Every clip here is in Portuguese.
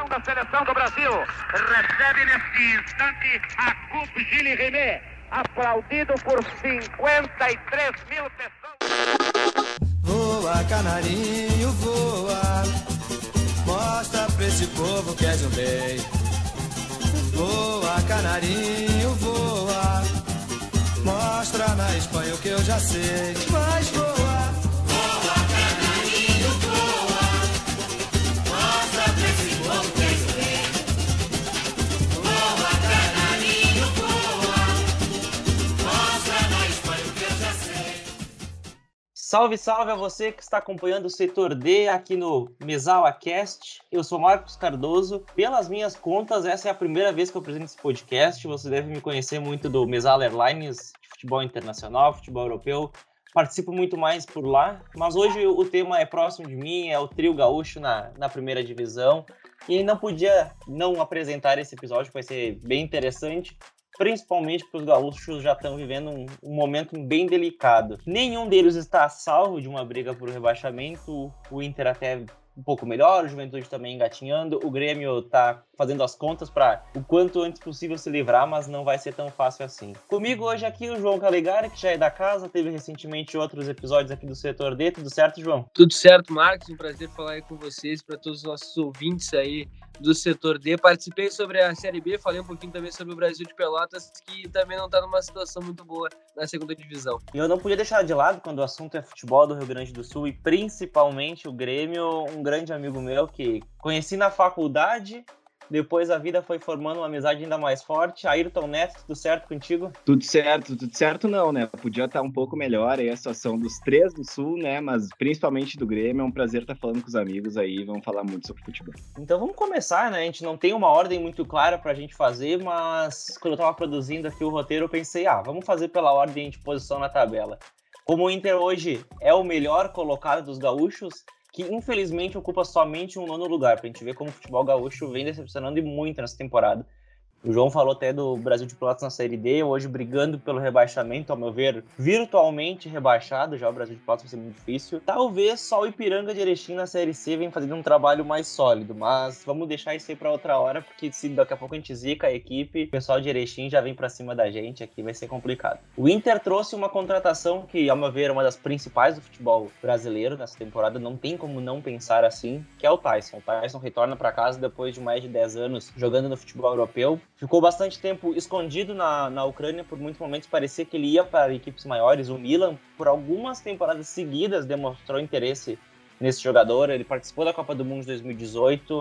da seleção do Brasil. Recebe neste instante a Coupe Gilles Rimet, aplaudido por 53 mil pessoas. Voa, canarinho, voa, mostra pra esse povo que és um rei. Voa, canarinho, voa, mostra na Espanha o que eu já sei. Mas voa. Voa, canarinho, voa, mostra pra esse povo que és um rei. Voa, canarinho, voa, mostra na Espanha o que eu já sei. Salve, salve a você que está acompanhando o Setor D aqui no MesawaCast. Eu sou Marcos Cardoso. Pelas minhas contas, essa é a primeira vez que eu apresento esse podcast. Você deve me conhecer muito do Mesawa Airlines, de futebol internacional, futebol europeu. Participo muito mais por lá, mas hoje o tema é próximo de mim, é o trio gaúcho na primeira divisão. E não podia não apresentar esse episódio, que vai ser bem interessante. Principalmente porque os gaúchos já estão vivendo um momento bem delicado. Nenhum deles está a salvo de uma briga por rebaixamento. O Inter até um pouco melhor, o Juventude também engatinhando. O Grêmio está fazendo as contas para o quanto antes possível se livrar, mas não vai ser tão fácil assim. Comigo hoje aqui o João Calegari, que já é da casa, teve recentemente outros episódios aqui do Setor D. Tudo certo, João? Tudo certo, Marcos. Um prazer falar aí com vocês, para todos os nossos ouvintes aí do Setor D. Participei sobre a Série B, falei um pouquinho também sobre o Brasil de Pelotas, que também não está numa situação muito boa na segunda divisão. E eu não podia deixar de lado, quando o assunto é futebol do Rio Grande do Sul, e principalmente o Grêmio, um grande amigo meu que conheci na faculdade. Depois a vida foi formando uma amizade ainda mais forte. Ayrton Neto, tudo certo contigo? Tudo certo não, né? Podia estar um pouco melhor aí a situação dos três do Sul, né? Mas principalmente do Grêmio, é um prazer estar falando com os amigos aí, vamos falar muito sobre futebol. Então vamos começar, né? A gente não tem uma ordem muito clara pra gente fazer, mas quando eu tava produzindo aqui o roteiro, eu pensei, vamos fazer pela ordem de posição na tabela. Como o Inter hoje é o melhor colocado dos gaúchos, que infelizmente ocupa somente um nono lugar, pra gente ver como o futebol gaúcho vem decepcionando e muito nessa temporada. O João falou até do Brasil de Pelotas na Série D, hoje brigando pelo rebaixamento, ao meu ver, virtualmente rebaixado, já o Brasil de Pelotas vai ser muito difícil. Talvez só o Ipiranga de Erechim na Série C venha fazendo um trabalho mais sólido, mas vamos deixar isso aí pra outra hora, porque se daqui a pouco a gente zica a equipe, o pessoal de Erechim já vem pra cima da gente, aqui vai ser complicado. O Inter trouxe uma contratação que, ao meu ver, é uma das principais do futebol brasileiro nessa temporada, não tem como não pensar assim, que é o Tyson. O Tyson retorna pra casa depois de mais de 10 anos jogando no futebol europeu. Ficou bastante tempo escondido na Ucrânia, por muitos momentos parecia que ele ia para equipes maiores. O Milan, por algumas temporadas seguidas, demonstrou interesse nesse jogador. Ele participou da Copa do Mundo de 2018,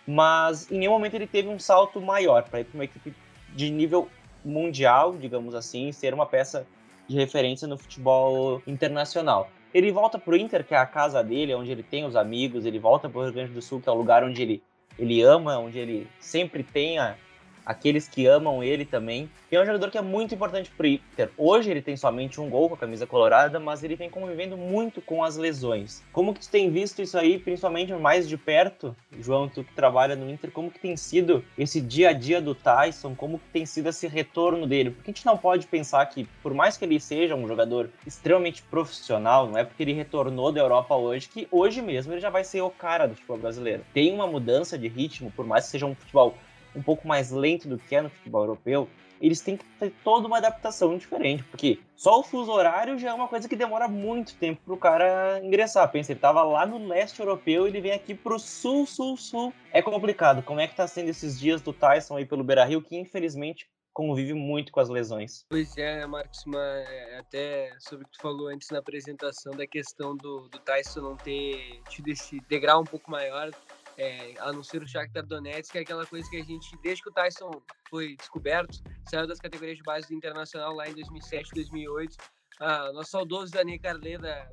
mas em nenhum momento ele teve um salto maior para ir para uma equipe de nível mundial, digamos assim, ser uma peça de referência no futebol internacional. Ele volta para o Inter, que é a casa dele, onde ele tem os amigos. Ele volta para o Rio Grande do Sul, que é o lugar onde ele ama, onde ele sempre tem aqueles que amam ele também. E é um jogador que é muito importante pro Inter. Hoje ele tem somente um gol com a camisa colorada, mas ele vem convivendo muito com as lesões. Como que tu tem visto isso aí, principalmente mais de perto, João, tu que trabalha no Inter, como que tem sido esse dia a dia do Tyson, como que tem sido esse retorno dele? Porque a gente não pode pensar que, por mais que ele seja um jogador extremamente profissional, não é porque ele retornou da Europa hoje, que hoje mesmo ele já vai ser o cara do futebol brasileiro. Tem uma mudança de ritmo, por mais que seja um futebol um pouco mais lento do que é no futebol europeu, eles têm que ter toda uma adaptação diferente, porque só o fuso horário já é uma coisa que demora muito tempo pro cara ingressar. Pensa, ele tava lá no leste europeu e ele vem aqui pro sul. É complicado. Como é que tá sendo esses dias do Tyson aí pelo Beira-Rio, que infelizmente convive muito com as lesões? Pois é, Marcos, mas até sobre o que tu falou antes na apresentação da questão do Tyson não ter tido esse degrau um pouco maior, a não ser o Shakhtar Donetsk, que é aquela coisa que a gente, desde que o Tyson foi descoberto, saiu das categorias de base do Internacional lá em 2007, 2008, nosso saudoso Dani Carlet, da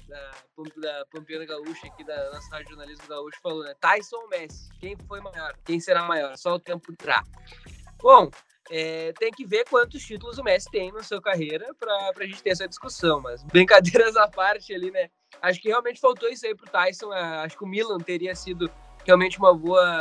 Pampiana Gaúcha, aqui da nossa rádio jornalismo gaúcho, falou, né? Tyson ou Messi? Quem foi maior? Quem será maior? Só o tempo dirá. Bom, tem que ver quantos títulos o Messi tem na sua carreira pra gente ter essa discussão, mas brincadeiras à parte ali, né? Acho que realmente faltou isso aí pro Tyson. Acho que o Milan teria sido realmente uma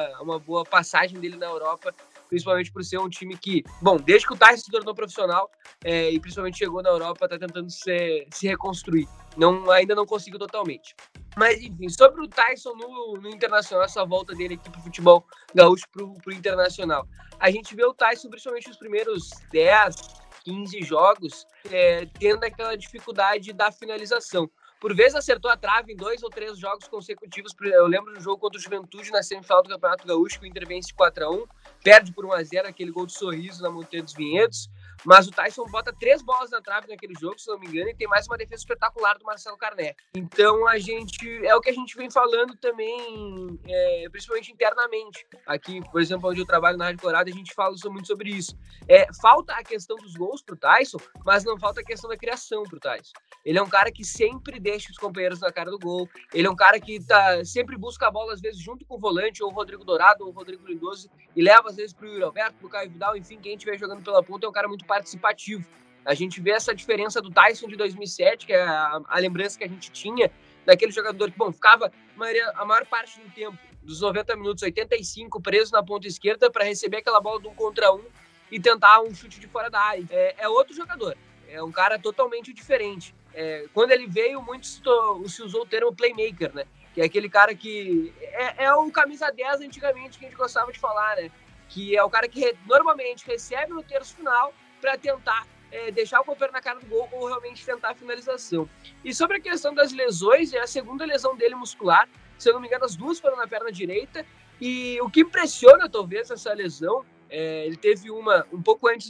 boa passagem dele na Europa, principalmente por ser um time que, bom, desde que o Tyson se tornou profissional e principalmente chegou na Europa, está tentando se reconstruir. Ainda não conseguiu totalmente. Mas, enfim, sobre o Tyson no Internacional, essa volta dele aqui pro futebol gaúcho, pro Internacional. A gente vê o Tyson, principalmente nos primeiros 10, 15 jogos, tendo aquela dificuldade da finalização. Por vezes acertou a trave em 2 ou 3 jogos consecutivos. Eu lembro do jogo contra o Juventude na semifinal do Campeonato Gaúcho, que o Inter vence 4-1, perde por 1-0, aquele gol de sorriso na Montanha dos Vinhedos. Mas o Tyson bota 3 bolas na trave naquele jogo, se não me engano, e tem mais uma defesa espetacular do Marcelo Carné. Então, é o que a gente vem falando também, principalmente internamente. Aqui, por exemplo, onde eu trabalho na Rádio Colorado, a gente fala muito sobre isso. Falta a questão dos gols pro Tyson, mas não falta a questão da criação pro Tyson. Ele é um cara que sempre deixa os companheiros na cara do gol. Ele é um cara que sempre busca a bola, às vezes, junto com o volante, ou o Rodrigo Dourado, ou o Rodrigo Lindoso, e leva, às vezes, pro Yuri Alberto, pro Caio Vidal, enfim, quem estiver jogando pela ponta é um cara muito participativo. A gente vê essa diferença do Tyson de 2007, que é a lembrança que a gente tinha daquele jogador que, ficava a maior parte do tempo, dos 90 minutos, 85, preso na ponta esquerda para receber aquela bola de 1 contra 1 e tentar um chute de fora da área. É outro jogador, é um cara totalmente diferente. Quando ele veio, muito se usou o termo playmaker, né? Que é aquele cara que é o camisa 10 antigamente que a gente gostava de falar, né? Que é o cara que normalmente recebe no terço final para tentar deixar o companheiro na cara do gol ou realmente tentar a finalização. E sobre a questão das lesões, é a segunda lesão dele muscular, se eu não me engano, as duas foram na perna direita, e o que impressiona, talvez, essa lesão, ele teve uma um pouco antes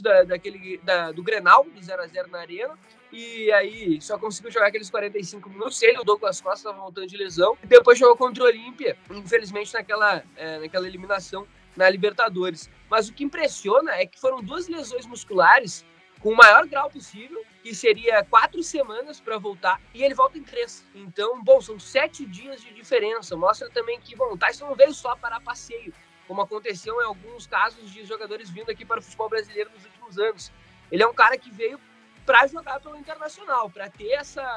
do Grenal, do 0-0 na Arena, e aí só conseguiu jogar aqueles 45 minutos, ele, o Douglas Costa, estava voltando de lesão, e depois jogou contra o Olímpia, infelizmente naquela eliminação na Libertadores. Mas o que impressiona é que foram 2 lesões musculares com o maior grau possível, que seria 4 semanas para voltar, e ele volta em 3. Então, são 7 dias de diferença. Mostra também que, o Tyson não veio só para passeio, como aconteceu em alguns casos de jogadores vindo aqui para o futebol brasileiro nos últimos anos. Ele é um cara que veio para jogar pelo Internacional, para ter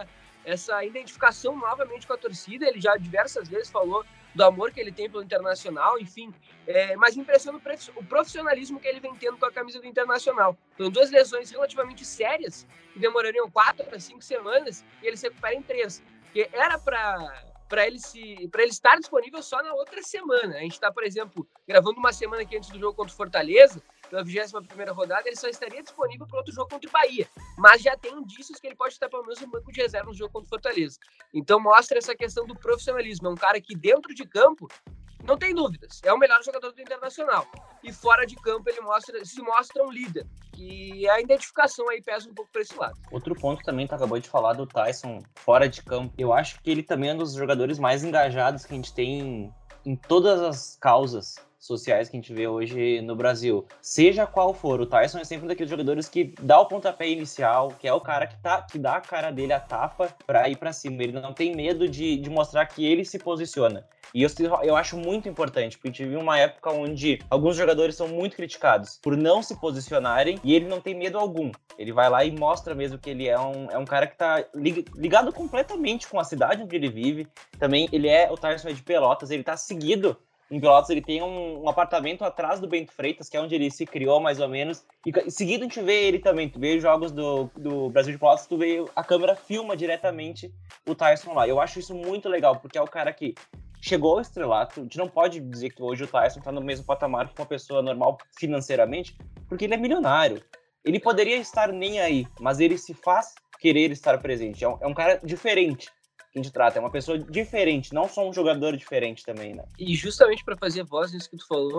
essa identificação novamente com a torcida. Ele já diversas vezes falou do amor que ele tem pelo Internacional, enfim. Mas impressiona o profissionalismo que ele vem tendo com a camisa do Internacional. São 2 lesões relativamente sérias, que demorariam 4 a 5 semanas, e ele se recupera em 3. Porque era para ele estar disponível só na outra semana. A gente está, por exemplo, gravando uma semana aqui antes do jogo contra o Fortaleza, pela 21ª rodada, ele só estaria disponível para outro jogo contra o Bahia. Mas já tem indícios que ele pode estar pelo menos no banco de reserva no jogo contra o Fortaleza. Então mostra essa questão do profissionalismo. É um cara que dentro de campo, não tem dúvidas, é o melhor jogador do Internacional. E fora de campo ele se mostra um líder. E a identificação aí pesa um pouco para esse lado. Outro ponto também, tu acabou de falar do Tyson fora de campo. Eu acho que ele também é um dos jogadores mais engajados que a gente tem em todas as causas sociais que a gente vê hoje no Brasil. Seja qual for, o Tyson é sempre um daqueles jogadores que dá o pontapé inicial, que é o cara que dá a cara dele a tapa pra ir pra cima. Ele não tem medo de mostrar que ele se posiciona. E eu acho muito importante, porque a gente viu uma época onde alguns jogadores são muito criticados por não se posicionarem, e ele não tem medo algum. Ele vai lá e mostra mesmo que ele é um cara que tá ligado completamente com a cidade onde ele vive. Também o Tyson é de Pelotas, ele tá seguido em Pelotas, ele tem um apartamento atrás do Bento Freitas, que é onde ele se criou, mais ou menos. E em seguida a gente vê ele também. Tu vê os jogos do Brasil de Pelotas, tu vê a câmera filma diretamente o Tyson lá. Eu acho isso muito legal, porque é o cara que chegou ao estrelato. A gente não pode dizer que hoje o Tyson tá no mesmo patamar que uma pessoa normal financeiramente, porque ele é milionário. Ele poderia estar nem aí, mas ele se faz querer estar presente. É um cara diferente que a gente trata, é uma pessoa diferente, não só um jogador diferente também, né? E justamente para fazer voz nisso que tu falou,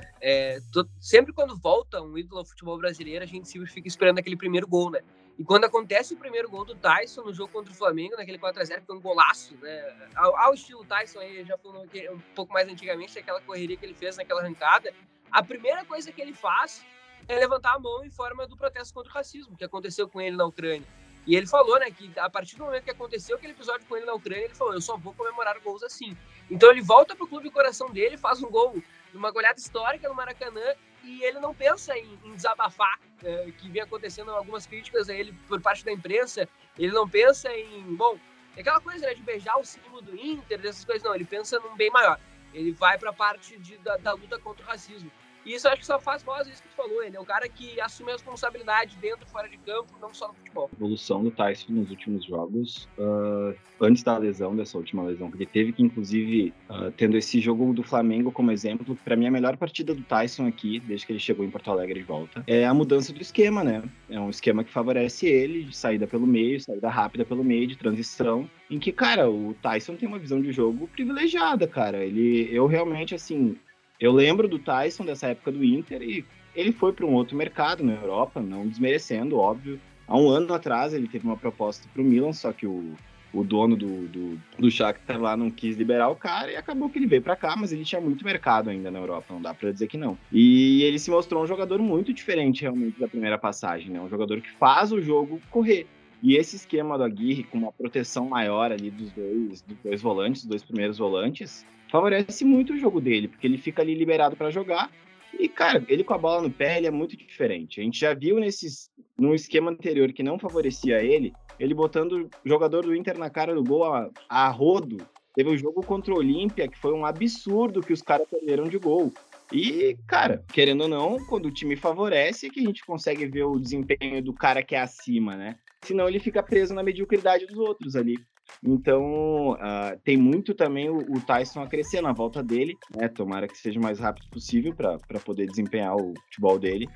sempre quando volta um ídolo ao futebol brasileiro, a gente sempre fica esperando aquele primeiro gol, né? E quando acontece o primeiro gol do Tyson no jogo contra o Flamengo, naquele 4-0, que foi um golaço, né? Ao estilo Tyson, aí já falou um pouco mais antigamente, aquela correria que ele fez naquela arrancada, a primeira coisa que ele faz é levantar a mão em forma do protesto contra o racismo, que aconteceu com ele na Ucrânia. E ele falou, né, que a partir do momento que aconteceu aquele episódio com ele na Ucrânia, ele falou, eu só vou comemorar gols assim. Então ele volta pro clube coração dele, faz um gol, uma goleada histórica no Maracanã, e ele não pensa em desabafar, que vem acontecendo algumas críticas a ele por parte da imprensa. Ele não pensa em, aquela coisa, né, de beijar o símbolo do Inter, dessas coisas, não. Ele pensa num bem maior. Ele vai pra parte da luta contra o racismo. E isso eu acho que só faz voz isso que tu falou. Ele é um cara que assume a responsabilidade dentro e fora de campo, não só no futebol. A evolução do Tyson nos últimos jogos, antes da lesão, dessa última lesão que ele teve, que inclusive, tendo esse jogo do Flamengo como exemplo, para mim a melhor partida do Tyson aqui, desde que ele chegou em Porto Alegre de volta, é a mudança do esquema, né? É um esquema que favorece ele, de saída pelo meio, saída rápida pelo meio, de transição, em que, cara, o Tyson tem uma visão de jogo privilegiada, cara. Eu realmente, assim, eu lembro do Tyson dessa época do Inter e ele foi para um outro mercado na Europa, não desmerecendo, óbvio. Há um ano atrás ele teve uma proposta para o Milan, só que o dono do Shakhtar lá não quis liberar o cara e acabou que ele veio para cá, mas ele tinha muito mercado ainda na Europa, não dá para dizer que não. E ele se mostrou um jogador muito diferente realmente da primeira passagem, né? Um jogador que faz o jogo correr. E esse esquema do Aguirre, com uma proteção maior ali dos dois volantes, dos dois primeiros volantes, favorece muito o jogo dele, porque ele fica ali liberado para jogar. E, cara, ele com a bola no pé, ele é muito diferente. A gente já viu num esquema anterior que não favorecia ele botando o jogador do Inter na cara do gol a rodo. Teve um jogo contra o Olímpia, que foi um absurdo que os caras perderam de gol. E, cara, querendo ou não, quando o time favorece, é que a gente consegue ver o desempenho do cara que é acima, né? Senão ele fica preso na mediocridade dos outros ali. Então, tem muito também o Tyson a crescer na volta dele, né? Tomara que seja o mais rápido possível para poder desempenhar o futebol dele.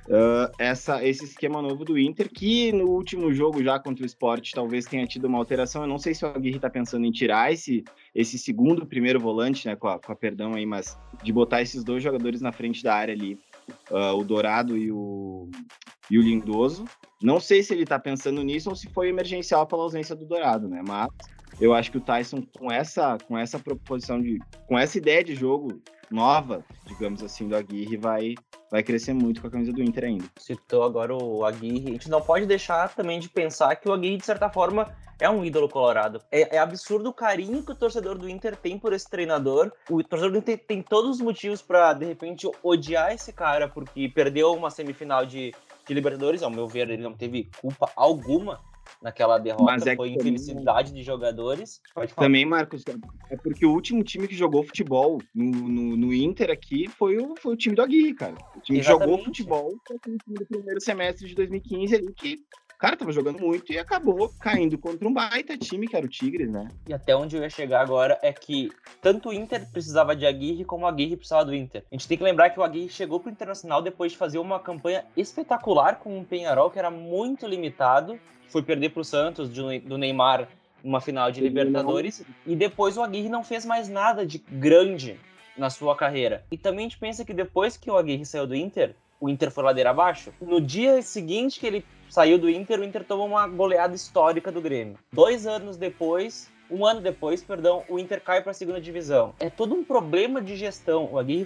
Esse esquema novo do Inter, que no último jogo já contra o Sport talvez tenha tido uma alteração. Eu não sei se o Aguirre está pensando em tirar esse segundo primeiro volante, né? Com a perdão aí, mas de botar esses dois jogadores na frente da área ali, o Dourado e o Lindoso. Não sei se ele tá pensando nisso ou se foi emergencial pela ausência do Dourado, né? Mas eu acho que o Tyson, com essa proposição com essa ideia de jogo nova, digamos assim, do Aguirre, vai crescer muito com a camisa do Inter ainda. Citou agora o Aguirre. A gente não pode deixar também de pensar que o Aguirre, de certa forma, é um ídolo colorado. É absurdo o carinho que o torcedor do Inter tem por esse treinador. O torcedor do Inter tem todos os motivos para, de repente, odiar esse cara porque perdeu uma semifinal de Libertadores. Ao meu ver, ele não teve culpa alguma naquela derrota, mas foi infelicidade de jogadores. Pode falar. Também, Marcos, é porque o último time que jogou futebol no Inter aqui foi o time do Aguirre, cara. O time que jogou futebol foi o time do primeiro semestre de 2015 ali, que o cara tava jogando muito e acabou caindo contra um baita time, que era o Tigres, né? E até onde eu ia chegar agora é que tanto o Inter precisava de Aguirre como o Aguirre precisava do Inter. A gente tem que lembrar que o Aguirre chegou pro Internacional depois de fazer uma campanha espetacular com um Peñarol que era muito limitado. Foi perder pro Santos do Neymar numa final de Libertadores, e depois o Aguirre não fez mais nada de grande na sua carreira. E também a gente pensa que depois que o Aguirre saiu do Inter, o Inter foi ladeira abaixo. No dia seguinte que ele saiu do Inter, o Inter tomou uma goleada histórica do Grêmio. 2 anos depois, um ano depois, o Inter cai para a segunda divisão. É todo um problema de gestão. O Aguirre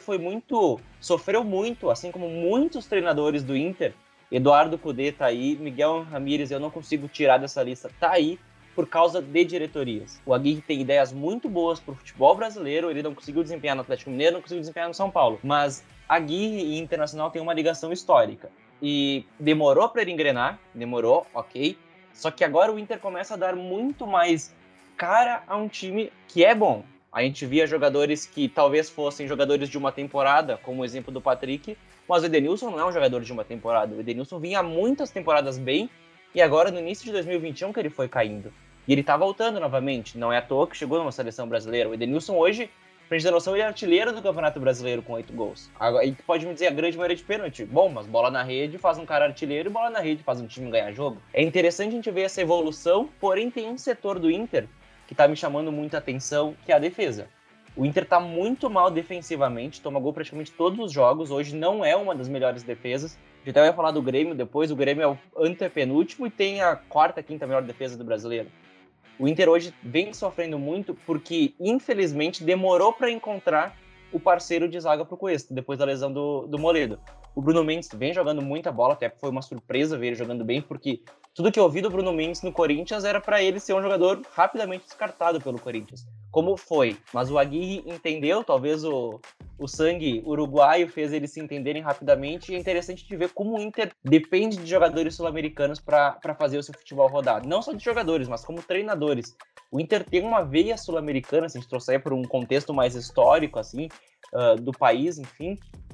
sofreu muito, assim como muitos treinadores do Inter. Eduardo Cudê tá aí, Miguel Ramírez, eu não consigo tirar dessa lista, tá aí por causa de diretorias. O Aguirre tem ideias muito boas pro futebol brasileiro, ele não conseguiu desempenhar no Atlético Mineiro, não conseguiu desempenhar no São Paulo, mas Aguirre e Internacional tem uma ligação histórica. E demorou para ele engrenar, ok, só que agora o Inter começa a dar muito mais cara a um time que é bom. A gente via jogadores que talvez fossem jogadores de uma temporada, como o exemplo do Patrick, mas o Edenilson não é um jogador de uma temporada. O Edenilson vinha há muitas temporadas bem, e agora no início de 2021 que ele foi caindo. E ele tá voltando novamente, não é à toa que chegou numa seleção brasileira. O Edenilson hoje, pra gente ter noção, ele é artilheiro do Campeonato Brasileiro com 8 gols. Agora, ele pode me dizer a grande maioria de pênalti. Bom, mas bola na rede faz um cara artilheiro e bola na rede faz um time ganhar jogo. É interessante a gente ver essa evolução, porém tem um setor do Inter que tá me chamando muita atenção, que é a defesa. O Inter tá muito mal defensivamente, toma gol praticamente todos os jogos, hoje não é uma das melhores defesas. A gente até vai falar do Grêmio depois, o Grêmio é o antepenúltimo e tem a 4ª, 5ª melhor defesa do brasileiro. O Inter hoje vem sofrendo muito porque, infelizmente, demorou para encontrar o parceiro de zaga pro Cuesta, depois da lesão do Moledo. O Bruno Mendes vem jogando muita bola, até foi uma surpresa ver ele jogando bem, porque tudo que eu ouvi do Bruno Mendes no Corinthians era para ele ser um jogador rapidamente descartado pelo Corinthians. Como foi? Mas o Aguirre entendeu, talvez o sangue uruguaio fez eles se entenderem rapidamente, e é interessante de ver como o Inter depende de jogadores sul-americanos para fazer o seu futebol rodar. Não só de jogadores, mas como treinadores. O Inter tem uma veia sul-americana, se a gente trouxer por um contexto mais histórico, assim, do país, enfim.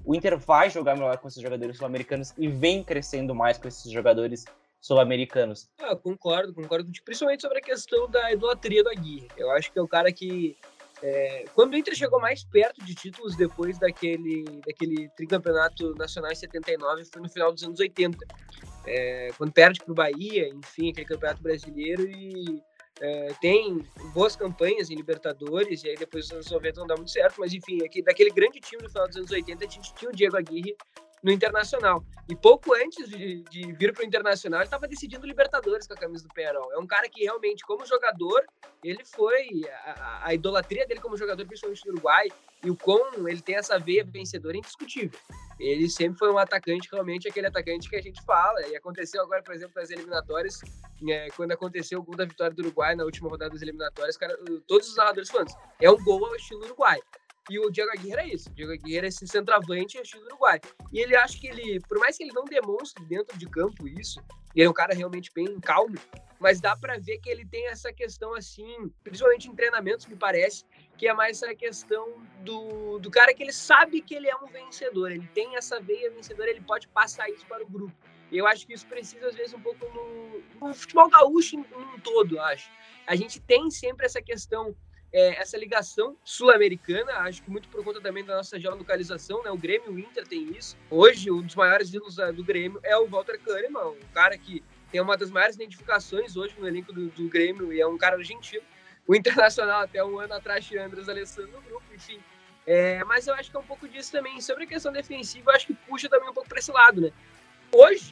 o Inter vai jogar melhor com esses jogadores sul-americanos e vem crescendo mais com esses jogadores sul-americanos. Concordo, principalmente sobre a questão da idolatria do Aguirre. Eu acho que é o cara que, quando o Inter chegou mais perto de títulos depois daquele tricampeonato nacional em 79, foi no final dos anos 80. Quando perde para o Bahia, enfim, aquele campeonato brasileiro, e tem boas campanhas em Libertadores, e aí depois dos anos 90 não dá muito certo, mas enfim, daquele grande time no final dos anos 80, a gente tinha o Diego Aguirre no Internacional. E pouco antes de vir para o Internacional, ele estava decidindo Libertadores com a camisa do Peñarol. É um cara que realmente, como jogador, ele foi... A idolatria dele como jogador, principalmente do Uruguai, e o quão ele tem essa veia vencedora é indiscutível. Ele sempre foi um atacante, realmente aquele atacante que a gente fala. E aconteceu agora, por exemplo, nas eliminatórias, quando aconteceu o gol da vitória do Uruguai na última rodada das eliminatórias, todos os narradores falando, é um gol ao estilo Uruguai. E o Diego Aguirre era isso. O Diego Aguirre era esse centroavante ao estilo Uruguai. E ele acha que ele, por mais que ele não demonstre dentro de campo isso, ele é um cara realmente bem calmo, mas dá pra ver que ele tem essa questão assim, principalmente em treinamentos, me parece, que é mais essa questão do cara que ele sabe que ele é um vencedor, ele tem essa veia vencedora, ele pode passar isso para o grupo. E eu acho que isso precisa, às vezes, um pouco no futebol gaúcho em um todo, eu acho. A gente tem sempre essa questão, essa ligação sul-americana, acho que muito por conta também da nossa geolocalização, né? O Grêmio e o Inter tem isso. Hoje, um dos maiores ídolos do Grêmio é o Walter Kahneman, um cara que tem uma das maiores identificações hoje no elenco do Grêmio, e é um cara argentino. O Internacional, até um ano atrás, tinha Andrés Alessandro no grupo, enfim. Mas eu acho que é um pouco disso também. Sobre a questão defensiva, eu acho que puxa também um pouco para esse lado, né? Hoje,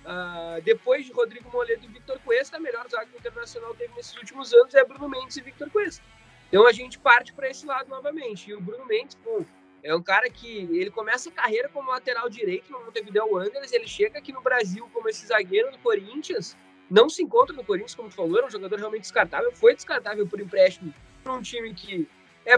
depois de Rodrigo Moledo e Victor Cuesta, a melhor zaga que o Internacional teve nesses últimos anos é Bruno Mendes e Victor Cuesta. Então a gente parte para esse lado novamente. E o Bruno Mendes, é um cara que ele começa a carreira como lateral direito no Montevideo Wanderers, ele chega aqui no Brasil como esse zagueiro do Corinthians, não se encontra no Corinthians, como tu falou, era um jogador realmente descartável, foi descartável por empréstimo para um time que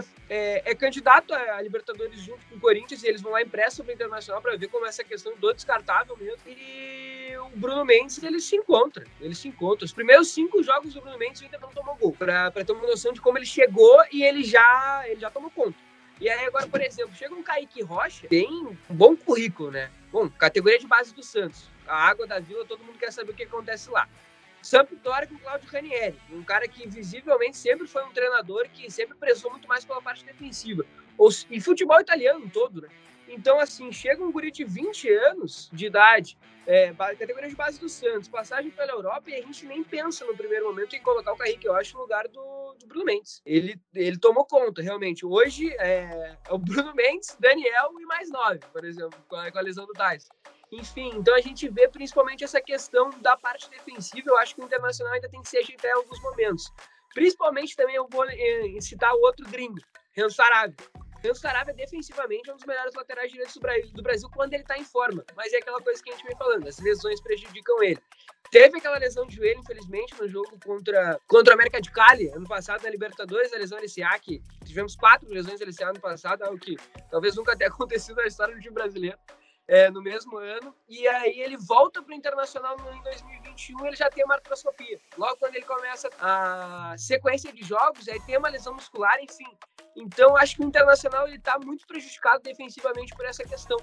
é candidato a Libertadores junto com o Corinthians, e eles vão lá emprestam para o Internacional para ver como é essa questão do descartável mesmo. E o Bruno Mendes, ele se encontra. Os primeiros 5 jogos do Bruno Mendes, o Inter não tomou gol, para ter uma noção de como ele chegou, e ele já tomou conta. E aí agora, por exemplo, chega um Kaique Rocha, tem um bom currículo, né? Bom, categoria de base do Santos. A água da Vila, todo mundo quer saber o que acontece lá. Sampdoria com o Claudio Ranieri, um cara que visivelmente sempre foi um treinador que sempre prezou muito mais pela parte defensiva. E futebol italiano todo, né? Então, assim, chega um guri de 20 anos de idade, categoria de base do Santos, passagem pela Europa, e a gente nem pensa no primeiro momento em colocar o Kaique Rocha no lugar do Bruno Mendes. Ele tomou conta, realmente. Hoje é o Bruno Mendes, Daniel e mais 9, por exemplo, com a lesão do Tyson. Enfim, então a gente vê principalmente essa questão da parte defensiva. Eu acho que o Internacional ainda tem que se ajeitar em alguns momentos. Principalmente também eu vou citar o outro gringo, Renzo Sarabia. Renzo Sarabia, defensivamente, é um dos melhores laterais direitos do Brasil quando ele está em forma. Mas é aquela coisa que a gente vem falando, as lesões prejudicam ele. Teve aquela lesão de joelho, infelizmente, no jogo contra o América de Cali, ano passado, na Libertadores, a lesão LCA, que tivemos 4 lesões LCA ano passado, algo que talvez nunca tenha acontecido na história do time brasileiro. No mesmo ano, e aí ele volta para o Internacional em 2021, ele já tem uma artroscopia. Logo quando ele começa a sequência de jogos, aí tem uma lesão muscular, enfim. Então, acho que o Internacional está muito prejudicado defensivamente por essa questão.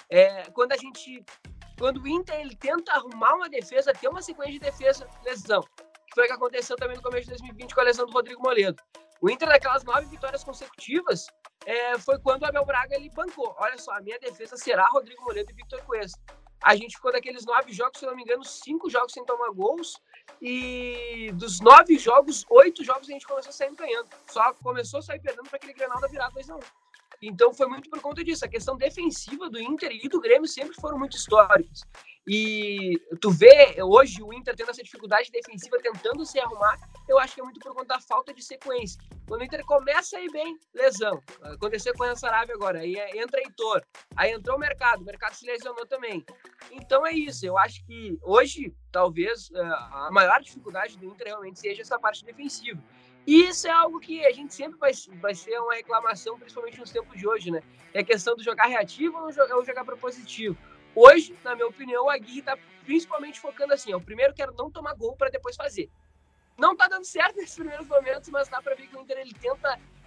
Quando o Inter ele tenta arrumar uma defesa, ter uma sequência de defesa, lesão. Que foi o que aconteceu também no começo de 2020 com a lesão do Rodrigo Moledo. O Inter, daquelas 9 vitórias consecutivas, foi quando o Abel Braga ele bancou. Olha só, a minha defesa será Rodrigo Moledo e Victor Cuesta. A gente ficou daqueles 9 jogos, se não me engano, 5 jogos sem tomar gols. E dos 9 jogos, 8 jogos a gente começou a sair ganhando. Só começou a sair perdendo para aquele Grenal da virada 2-1. Então foi muito por conta disso. A questão defensiva do Inter e do Grêmio sempre foram muito históricas. E tu vê hoje o Inter tendo essa dificuldade defensiva, tentando se arrumar, eu acho que é muito por conta da falta de sequência. Quando o Inter começa a ir bem, lesão. Aconteceu com o Sarabia agora, aí entra Heitor, aí entrou o mercado se lesionou também. Então é isso, eu acho que hoje, talvez, a maior dificuldade do Inter realmente seja essa parte defensiva. E isso é algo que a gente sempre vai ser uma reclamação, principalmente nos tempos de hoje, né? É a questão do jogar reativo ou jogar propositivo. Hoje, na minha opinião, o Aguirre está principalmente focando assim, o primeiro quero não tomar gol para depois fazer. Não está dando certo nesses primeiros momentos, mas dá para ver que o Inter ele tenta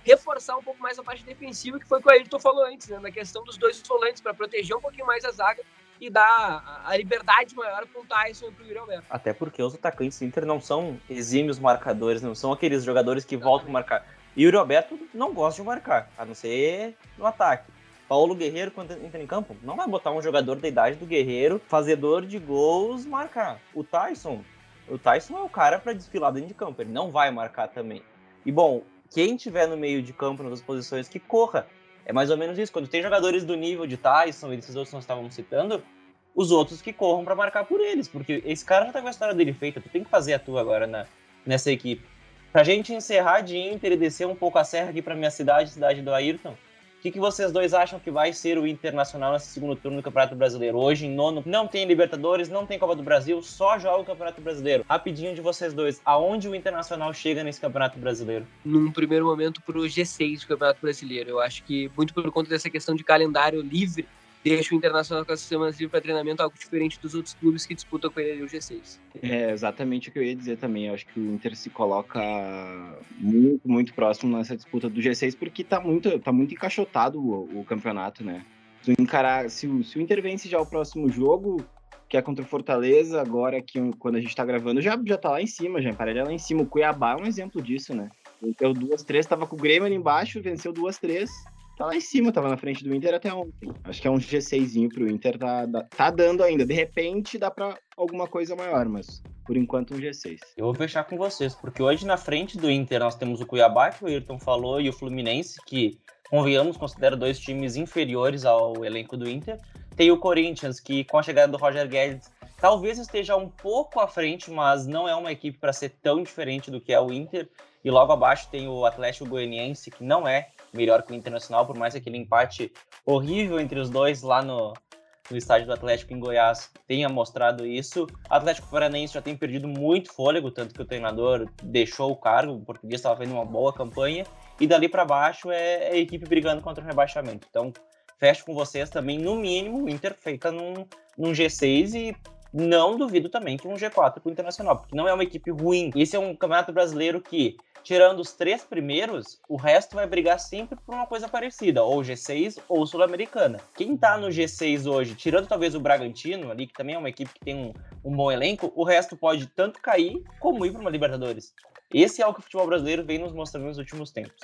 reforçar um pouco mais a parte defensiva, que foi o que o Ayrton falou antes, né? Na questão dos dois volantes, para proteger um pouquinho mais a zaga e dar a liberdade maior para o Tyson e para o Yuri Alberto. Até porque os atacantes do Inter não são exímios marcadores, não são aqueles jogadores que voltam a marcar. E o Yuri Alberto não gosta de marcar, a não ser no ataque. Paulo Guerreiro, quando entra em campo, não vai botar um jogador da idade do Guerreiro, fazedor de gols, marcar. O Tyson é o cara para desfilar dentro de campo, ele não vai marcar também. E bom, quem tiver no meio de campo, nas posições, que corra. É mais ou menos isso. Quando tem jogadores do nível de Tyson e desses outros que nós estávamos citando, os outros que corram para marcar por eles, porque esse cara já tá com a história dele feita, tu tem que fazer a tua agora nessa equipe. Pra gente encerrar de Inter e descer um pouco a serra aqui pra minha cidade do Ayrton, o que vocês dois acham que vai ser o Internacional nesse segundo turno do Campeonato Brasileiro? Hoje, em nono, não tem Libertadores, não tem Copa do Brasil, só joga o Campeonato Brasileiro. Rapidinho de vocês dois, aonde o Internacional chega nesse Campeonato Brasileiro? Num primeiro momento pro G6 do Campeonato Brasileiro. Eu acho que, muito por conta dessa questão de calendário livre, deixa o Internacional com as semanas livres para treinamento, algo diferente dos outros clubes que disputam com ele o G6. É exatamente o que eu ia dizer também. Eu acho que o Inter se coloca muito, muito próximo nessa disputa do G6, porque tá muito encaixotado o campeonato, né? Se o Inter vence já o próximo jogo, que é contra o Fortaleza, agora que quando a gente tá gravando, já tá lá em cima, já emparelha lá em cima. O Cuiabá é um exemplo disso, né? Então 2-3, tava com o Grêmio ali embaixo, venceu 2-3. Tá lá em cima, tava na frente do Inter até ontem. Acho que é um G6zinho pro Inter, tá dando ainda. De repente dá pra alguma coisa maior, mas por enquanto um G6. Eu vou fechar com vocês, porque hoje na frente do Inter nós temos o Cuiabá, que o Ayrton falou, e o Fluminense, que, convenhamos, considera dois times inferiores ao elenco do Inter. Tem o Corinthians, que com a chegada do Roger Guedes talvez esteja um pouco à frente, mas não é uma equipe para ser tão diferente do que é o Inter. E logo abaixo tem o Atlético Goianiense, que não é melhor que o Internacional, por mais que aquele empate horrível entre os dois lá no estádio do Atlético em Goiás tenha mostrado isso. O Atlético Paranaense já tem perdido muito fôlego, tanto que o treinador deixou o cargo, o português estava fazendo uma boa campanha, e dali para baixo é a equipe brigando contra o rebaixamento. Então, fecho com vocês também, no mínimo, o Inter fica num G6 e não duvido também que um G4 para o Internacional, porque não é uma equipe ruim. Esse é um campeonato brasileiro que, tirando os 3 primeiros, o resto vai brigar sempre por uma coisa parecida, ou G6 ou Sul-Americana. Quem tá no G6 hoje, tirando talvez o Bragantino ali, que também é uma equipe que tem um bom elenco, o resto pode tanto cair como ir para uma Libertadores. Esse é o que o futebol brasileiro vem nos mostrando nos últimos tempos.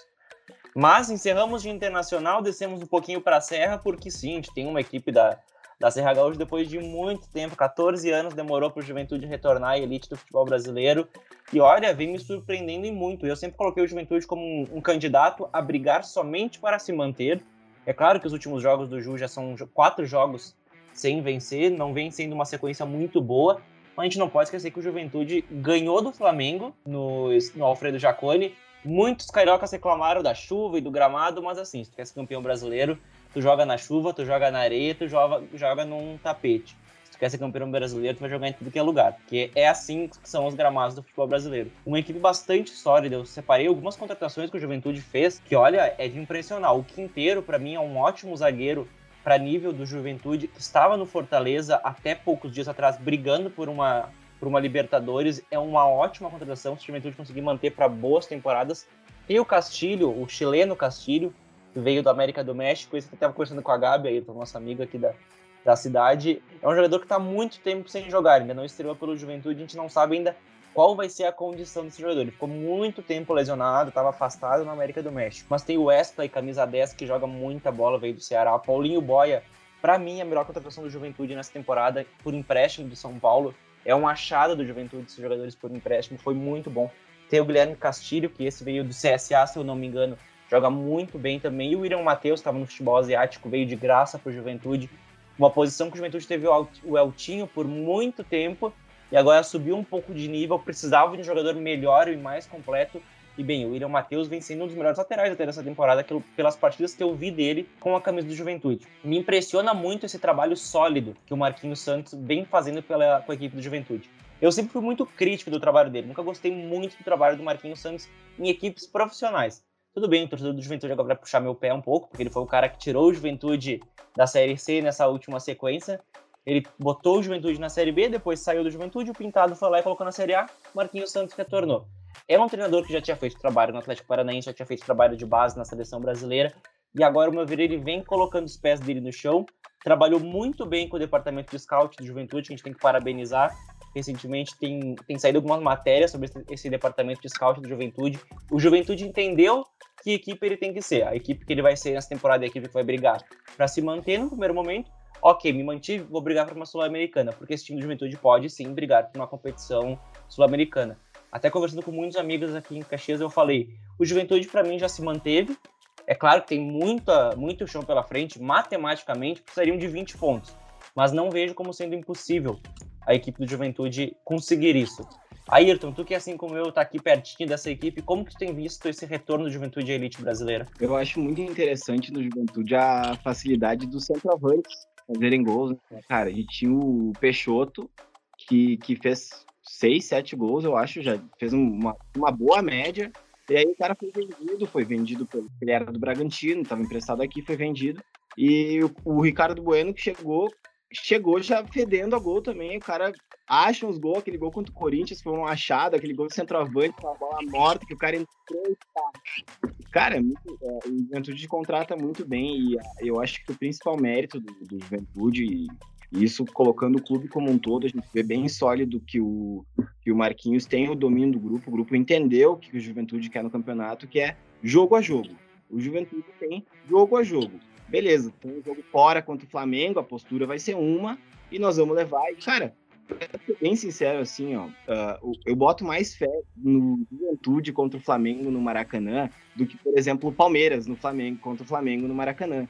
Mas encerramos de Internacional, descemos um pouquinho para a Serra, porque sim, a gente tem uma equipe da Serra Gaúcha, depois de muito tempo, 14 anos, demorou para o Juventude retornar à elite do futebol brasileiro. E olha, vem me surpreendendo e muito. Eu sempre coloquei o Juventude como um candidato a brigar somente para se manter. É claro que os últimos jogos do Ju já são 4 jogos sem vencer, não vem sendo uma sequência muito boa. Mas a gente não pode esquecer que o Juventude ganhou do Flamengo no Alfredo Jaconi. Muitos cariocas reclamaram da chuva e do gramado, mas assim, se tu quer ser campeão brasileiro, tu joga na chuva, tu joga na areia, tu joga num tapete. Se tu quer ser campeão brasileiro, tu vai jogar em tudo que é lugar. Porque é assim que são os gramados do futebol brasileiro. Uma equipe bastante sólida. Eu separei algumas contratações que o Juventude fez, que olha, é de impressionar. O Quinteiro, pra mim, é um ótimo zagueiro para nível do Juventude, que estava no Fortaleza até poucos dias atrás, brigando por uma Libertadores. É uma ótima contratação se o Juventude conseguir manter para boas temporadas. E o Castilho, o chileno Castilho, que veio do América do México, esse que estava conversando com a Gabi, aí, nossa amiga aqui da cidade, é um jogador que está há muito tempo sem jogar, ainda não estreou pelo Juventude, a gente não sabe ainda qual vai ser a condição desse jogador. Ele ficou muito tempo lesionado, estava afastado na América do México. Mas tem o Wesley, camisa 10, que joga muita bola, veio do Ceará. Paulinho Boia, para mim, a melhor contratação do Juventude nessa temporada, por empréstimo do São Paulo. É um achado do Juventude, esses jogadores por empréstimo, foi muito bom. Tem o Guilherme Castilho, que esse veio do CSA, se eu não me engano, joga muito bem também. E o William Matheus, estava no futebol asiático, veio de graça para o Juventude. Uma posição que o Juventude teve o Eltinho por muito tempo e agora subiu um pouco de nível, precisava de um jogador melhor e mais completo. E bem, o William Matheus vem sendo um dos melhores laterais até dessa temporada, pelas partidas que eu vi dele com a camisa do Juventude. Me impressiona muito esse trabalho sólido que o Marquinhos Santos vem fazendo com a equipe do Juventude. Eu sempre fui muito crítico do trabalho dele, nunca gostei muito do trabalho do Marquinhos Santos em equipes profissionais. Tudo bem, o torcedor do Juventude agora vai puxar meu pé um pouco, porque ele foi o cara que tirou o Juventude da Série C nessa última sequência. Ele botou o Juventude na Série B, depois saiu do Juventude, o Pintado foi lá e colocou na Série A, o Marquinhos Santos retornou. É um treinador que já tinha feito trabalho no Atlético Paranaense, já tinha feito trabalho de base na seleção brasileira, e agora, ao meu ver, ele vem colocando os pés dele no chão, trabalhou muito bem com o departamento de scout do Juventude, que a gente tem que parabenizar. Recentemente tem saído algumas matérias sobre esse departamento de scout do Juventude. O Juventude entendeu que equipe ele tem que ser. A equipe que ele vai ser nessa temporada, a equipe que vai brigar para se manter no primeiro momento. Ok, me mantive, vou brigar para uma Sul-Americana, porque esse time do Juventude pode sim brigar por uma competição sul-americana. Até conversando com muitos amigos aqui em Caxias, eu falei, o Juventude para mim já se manteve. É claro que tem muito chão pela frente, matematicamente precisariam de 20 pontos, mas não vejo como sendo impossível a equipe do Juventude conseguir isso. Ayrton, tu que assim como eu tá aqui pertinho dessa equipe, como que tu tem visto esse retorno do Juventude à elite brasileira? Eu acho muito interessante no Juventude a facilidade dos centroavantes fazerem gols. Cara, a gente tinha o Peixoto, que fez 6, 7 gols, eu acho, já fez uma boa média. E aí o cara foi vendido ele era do Bragantino, estava emprestado aqui, foi vendido. E o Ricardo Bueno, que chegou já fedendo a gol também. O cara acha uns gols, aquele gol contra o Corinthians foi um achado, aquele gol de centroavante, uma bola morta, que o cara entrou e tá. Cara, o Juventude contrata muito bem, e eu acho que o principal mérito do Juventude, e isso colocando o clube como um todo, a gente vê bem sólido que o Marquinhos tem o domínio do grupo, o grupo entendeu o que o Juventude quer no campeonato, que é jogo a jogo. O Juventude tem jogo a jogo. Beleza, tem um jogo fora contra o Flamengo, a postura vai ser uma, e nós vamos levar. E, cara, pra ser bem sincero, assim, ó, eu boto mais fé no Juventude contra o Flamengo no Maracanã do que, por exemplo, o Palmeiras no Flamengo contra o Flamengo no Maracanã.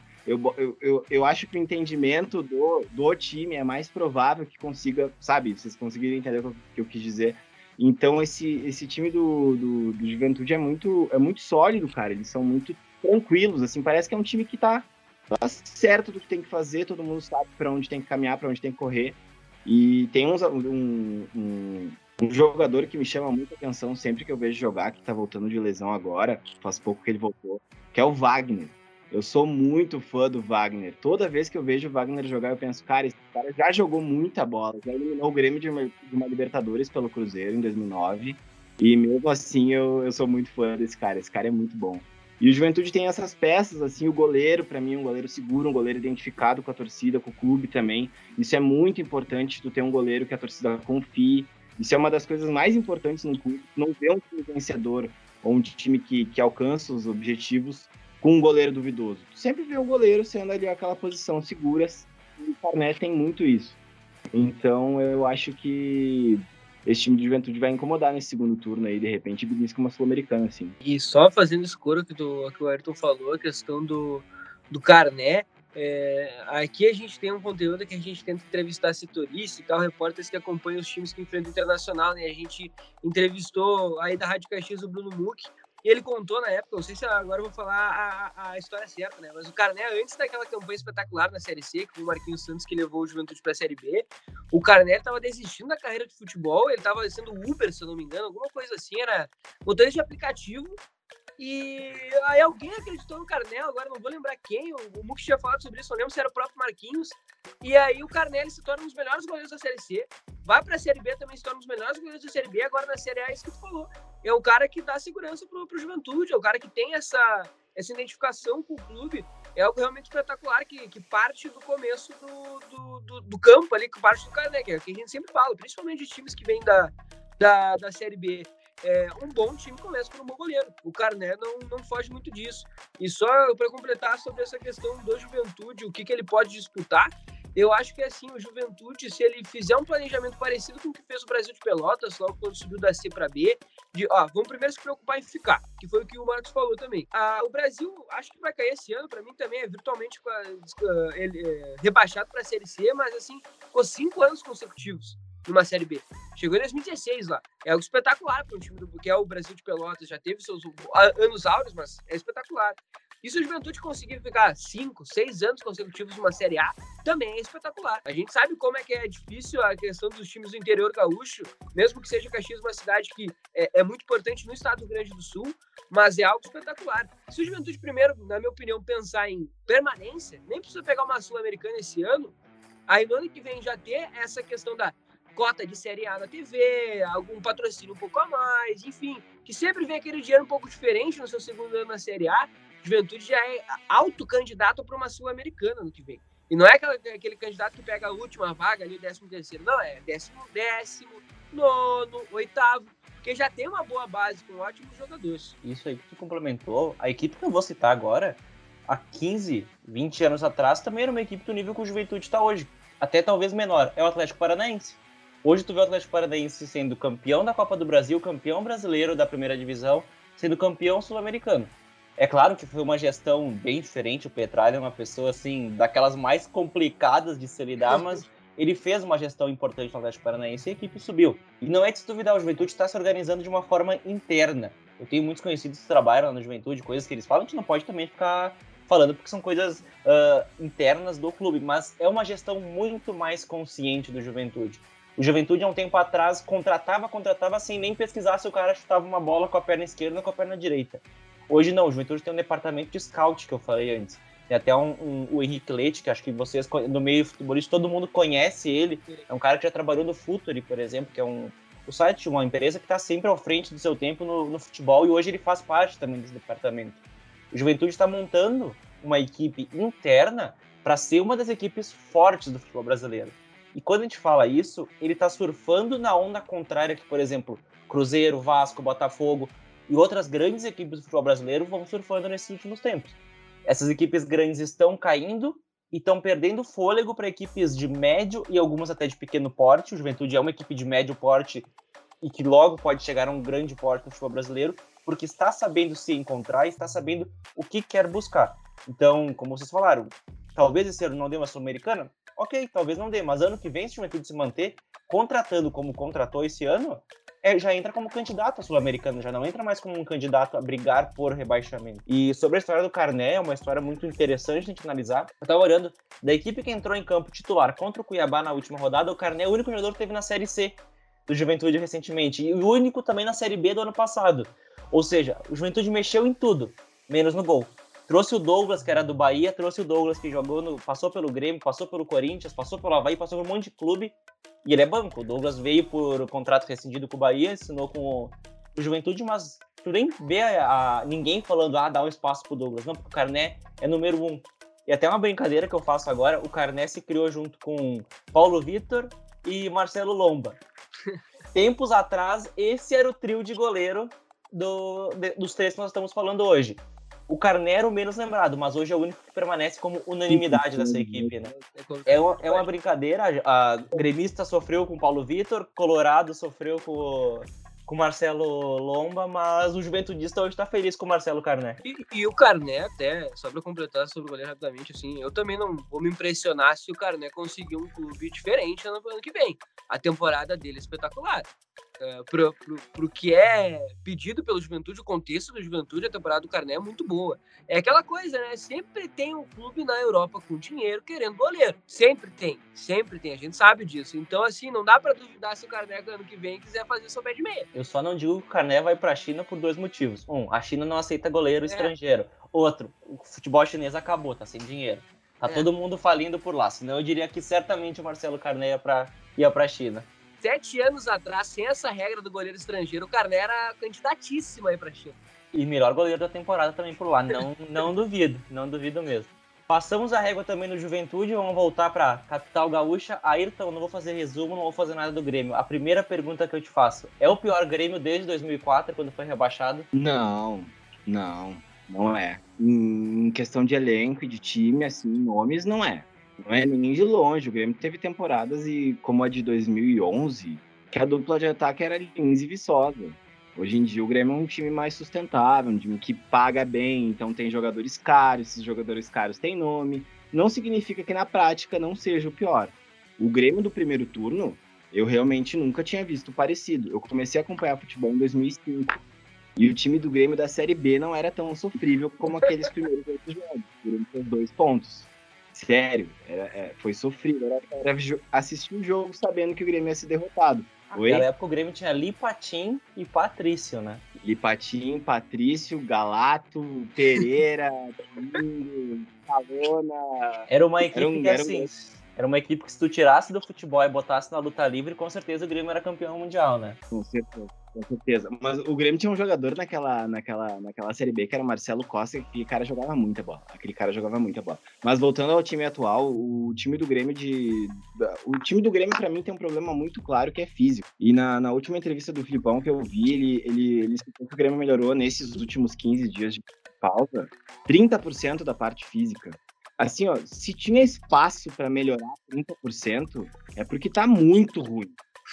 Eu acho que o entendimento do time é mais provável que consiga, sabe, vocês conseguirem entender o que eu quis dizer. Então, esse time do Juventude é muito sólido, cara. Eles são muito tranquilos, assim, parece que é um time que tá certo do que tem que fazer, todo mundo sabe para onde tem que caminhar, para onde tem que correr. E tem um jogador que me chama muita atenção sempre que eu vejo jogar, que tá voltando de lesão agora, faz pouco que ele voltou, que é o Wagner. Eu sou muito fã do Wagner. Toda vez que eu vejo o Wagner jogar, eu penso, cara, esse cara já jogou muita bola, já eliminou o Grêmio de uma Libertadores pelo Cruzeiro em 2009, e mesmo assim eu sou muito fã desse cara. Esse cara é muito bom. E o Juventude tem essas peças, assim, o goleiro, para mim, um goleiro seguro, um goleiro identificado com a torcida, com o clube também. Isso é muito importante, tu ter um goleiro que a torcida confie. Isso é uma das coisas mais importantes no clube. Não ver um time vencedor ou um time que alcança os objetivos com um goleiro duvidoso. Tu sempre vê o goleiro sendo ali aquela posição segura, e o Carnet tem muito isso. Então, eu acho que esse time de Juventude vai incomodar nesse segundo turno aí, de repente, belisca uma Sul-Americana, assim. E só fazendo escuro que o Ayrton falou, a questão do Carné, aqui a gente tem um conteúdo que a gente tenta entrevistar setoristas e tal, repórteres que acompanham os times que enfrentam o Internacional, né? A gente entrevistou aí da Rádio Caxias o Bruno Muck, e ele contou na época, não sei se agora eu vou falar a história certa, né? Mas o Carné, antes daquela campanha espetacular na Série C, que foi o Marquinhos Santos que levou o Juventude para a Série B, o Carné estava desistindo da carreira de futebol, ele estava sendo Uber, se eu não me engano, alguma coisa assim, era motorista de aplicativo. E aí alguém acreditou no Carné, agora não vou lembrar quem, o Muck tinha falado sobre isso, não lembro se era o próprio Marquinhos. E aí o Carné ele se torna um dos melhores goleiros da Série C, vai pra Série B também, se torna um dos melhores goleiros da Série B, agora na Série A é isso que tu falou. É o cara que dá segurança pro Juventude, é o cara que tem essa identificação com o clube, é algo realmente espetacular, que parte do começo do campo ali, que parte do Carné, que é o que a gente sempre fala, principalmente os times que vêm da Série B. Um bom time começa com um bom goleiro. O Carné não foge muito disso. E só para completar sobre essa questão do Juventude, o que ele pode disputar, eu acho que assim, o Juventude, se ele fizer um planejamento parecido com o que fez o Brasil de Pelotas, logo quando subiu da C para B, vamos primeiro se preocupar em ficar, que foi o que o Marcos falou também. O Brasil, acho que vai cair esse ano, para mim também é virtualmente rebaixado para a Série C, mas assim, ficou 5 anos consecutivos numa Série B. Chegou em 2016 lá. É algo espetacular para um time que é o Brasil de Pelotas. Já teve seus anos áureos, mas é espetacular. E se o Juventude conseguir ficar 5, 6 anos consecutivos numa Série A, também é espetacular. A gente sabe como é que é difícil a questão dos times do interior gaúcho, mesmo que seja Caxias uma cidade que é muito importante no estado do Rio Grande do Sul, mas é algo espetacular. Se o Juventude primeiro, na minha opinião, pensar em permanência, nem precisa pegar uma Sul-Americana esse ano, aí no ano que vem já ter essa questão da cota de Série A na TV, algum patrocínio um pouco a mais, enfim, que sempre vem aquele dinheiro um pouco diferente no seu segundo ano na Série A. Juventude já é autocandidato para uma Sul-Americana no que vem. E não é aquele candidato que pega a última vaga ali, o 13º, não, é 10º, 9º, 8º, porque já tem uma boa base com ótimos jogadores. Isso aí que tu complementou, a equipe que eu vou citar agora, há 15, 20 anos atrás, também era uma equipe do nível que o Juventude está hoje, até talvez menor, é o Atlético Paranaense. Hoje tu vê o Atlético Paranaense sendo campeão da Copa do Brasil, campeão brasileiro da primeira divisão, sendo campeão sul-americano. É claro que foi uma gestão bem diferente, o Petralha é uma pessoa, assim, daquelas mais complicadas de se lidar, mas ele fez uma gestão importante no Atlético Paranaense e a equipe subiu. E não é de se duvidar, o Juventude está se organizando de uma forma interna. Eu tenho muitos conhecidos que trabalham lá no Juventude, coisas que eles falam, a gente não pode também ficar falando porque são coisas internas do clube, mas é uma gestão muito mais consciente do Juventude. O Juventude, há um tempo atrás, contratava sem nem pesquisar se o cara chutava uma bola com a perna esquerda ou com a perna direita. Hoje não, o Juventude tem um departamento de scout, que eu falei antes. Tem até o Henrique Leite, que acho que vocês, no meio futebolista, todo mundo conhece ele. É um cara que já trabalhou no Futuri, por exemplo, que é o site, uma empresa que está sempre à frente do seu tempo no futebol, e hoje ele faz parte também desse departamento. O Juventude está montando uma equipe interna para ser uma das equipes fortes do futebol brasileiro. E quando a gente fala isso, ele está surfando na onda contrária que, por exemplo, Cruzeiro, Vasco, Botafogo e outras grandes equipes do futebol brasileiro vão surfando nesses últimos tempos. Essas equipes grandes estão caindo e estão perdendo fôlego para equipes de médio e algumas até de pequeno porte. O Juventude é uma equipe de médio porte e que logo pode chegar a um grande porte no futebol brasileiro, porque está sabendo se encontrar e está sabendo o que quer buscar. Então, como vocês falaram, talvez esse ano não dê uma Sul-Americana? Ok, talvez não dê, mas ano que vem, se o Juventude se manter contratando como contratou esse ano, já entra como candidato a Sul-Americana, já não entra mais como um candidato a brigar por rebaixamento. E sobre a história do Carné, é uma história muito interessante de a gente analisar. Eu estava olhando, da equipe que entrou em campo titular contra o Cuiabá na última rodada, o Carné é o único jogador que teve na Série C do Juventude recentemente, e o único também na Série B do ano passado. Ou seja, o Juventude mexeu em tudo, menos no gol. Trouxe o Douglas, que era do Bahia, trouxe o Douglas, que passou pelo Grêmio, passou pelo Corinthians, passou pelo Avaí, passou por um monte de clube, e ele é banco. O Douglas veio por contrato rescindido com o Bahia, assinou com o Juventude, mas tu nem vê ninguém falando, dá um espaço pro Douglas. Não, porque o Carné é número 1. E até uma brincadeira que eu faço agora, o Carné se criou junto com Paulo Vitor e Marcelo Lomba. Tempos atrás, esse era o trio de goleiro dos três que nós estamos falando hoje. O Carné era o menos lembrado, mas hoje é o único que permanece como unanimidade dessa equipe, né? É uma brincadeira. A gremista sofreu com o Paulo Vitor, Colorado sofreu com o Marcelo Lomba, mas o juventudista hoje tá feliz com o Marcelo Carné. E o Carné, até, só pra completar sobre o goleiro rapidamente, assim, eu também não vou me impressionar se o Carné conseguir um clube diferente no ano que vem. A temporada dele é espetacular. Pro que é pedido pelo Juventude, o contexto do Juventude, a temporada do Carné é muito boa. É aquela coisa, né? Sempre tem um clube na Europa com dinheiro querendo goleiro. Sempre tem, a gente sabe disso. Então, assim, não dá pra duvidar se o Carné ano que vem quiser fazer seu pé de meia. Eu só não digo que o Carné vai pra China por 2 motivos. A China não aceita goleiro estrangeiro. Outro, o futebol chinês acabou, tá sem dinheiro. Tá todo mundo falindo por lá. Senão eu diria que certamente o Marcelo Carné ia pra China. 7 anos atrás, sem essa regra do goleiro estrangeiro, o Carné era candidatíssimo aí pra China. E melhor goleiro da temporada também por lá, não duvido mesmo. Passamos a régua também no Juventude, vamos voltar pra capital gaúcha. Ayrton, não vou fazer resumo, não vou fazer nada do Grêmio. A primeira pergunta que eu te faço, é o pior Grêmio desde 2004, quando foi rebaixado? Não é. Em questão de elenco e de time, assim, nomes, não é. Não é nem de longe. O Grêmio teve temporadas como a de 2011, que a dupla de ataque era Lins e Viçosa. Hoje em dia o Grêmio é um time mais sustentável, um time que paga bem, então tem jogadores caros, esses jogadores caros têm nome. Não significa que na prática não seja o pior. O Grêmio do primeiro turno, eu realmente nunca tinha visto parecido. Eu comecei a acompanhar futebol em 2005. E o time do Grêmio da Série B não era tão sofrível como aqueles primeiros 8 jogos. O Grêmio fez 2 pontos. Sério, foi sofrido. Era assistir o jogo sabendo que o Grêmio ia ser derrotado. Naquela época o Grêmio tinha Lipatim e Patrício, né? Lipatim, Patrício, Galato, Pereira, Domingo, Salona. Era uma equipe que, assim, Era uma equipe que se tu tirasse do futebol e botasse na luta livre, com certeza o Grêmio era campeão mundial, né? Com certeza. Mas o Grêmio tinha um jogador naquela Série B que era o Marcelo Costa, que aquele cara jogava muita bola. Mas voltando ao time atual, o time do Grêmio pra mim tem um problema muito claro que é físico. E na última entrevista do Filipão que eu vi, ele explicou que o Grêmio melhorou nesses últimos 15 dias de pausa 30% da parte física. Assim, ó, se tinha espaço para melhorar 30%, é porque tá muito ruim.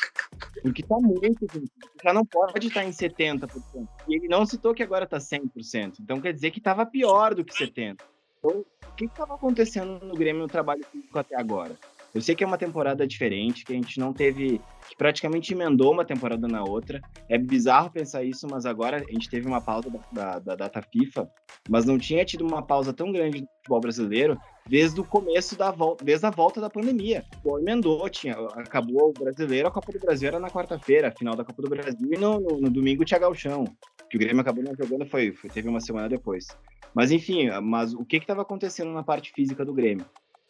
Já não pode estar em 70%. E ele não citou que agora tá 100%. Então quer dizer que tava pior do que 70%. Então, o que estava acontecendo no Grêmio no trabalho físico até agora? Eu sei que é uma temporada diferente, que a gente não teve... que praticamente emendou uma temporada na outra. É bizarro pensar isso, mas agora a gente teve uma pausa da data FIFA, mas não tinha tido uma pausa tão grande no futebol brasileiro desde o começo desde a volta da pandemia. Pô, emendou, acabou o Brasileiro, a Copa do Brasil era na quarta-feira, a final da Copa do Brasil, e no domingo tinha Gauchão, que o Grêmio acabou não jogando, teve uma semana depois. Mas enfim, o que estava acontecendo na parte física do Grêmio?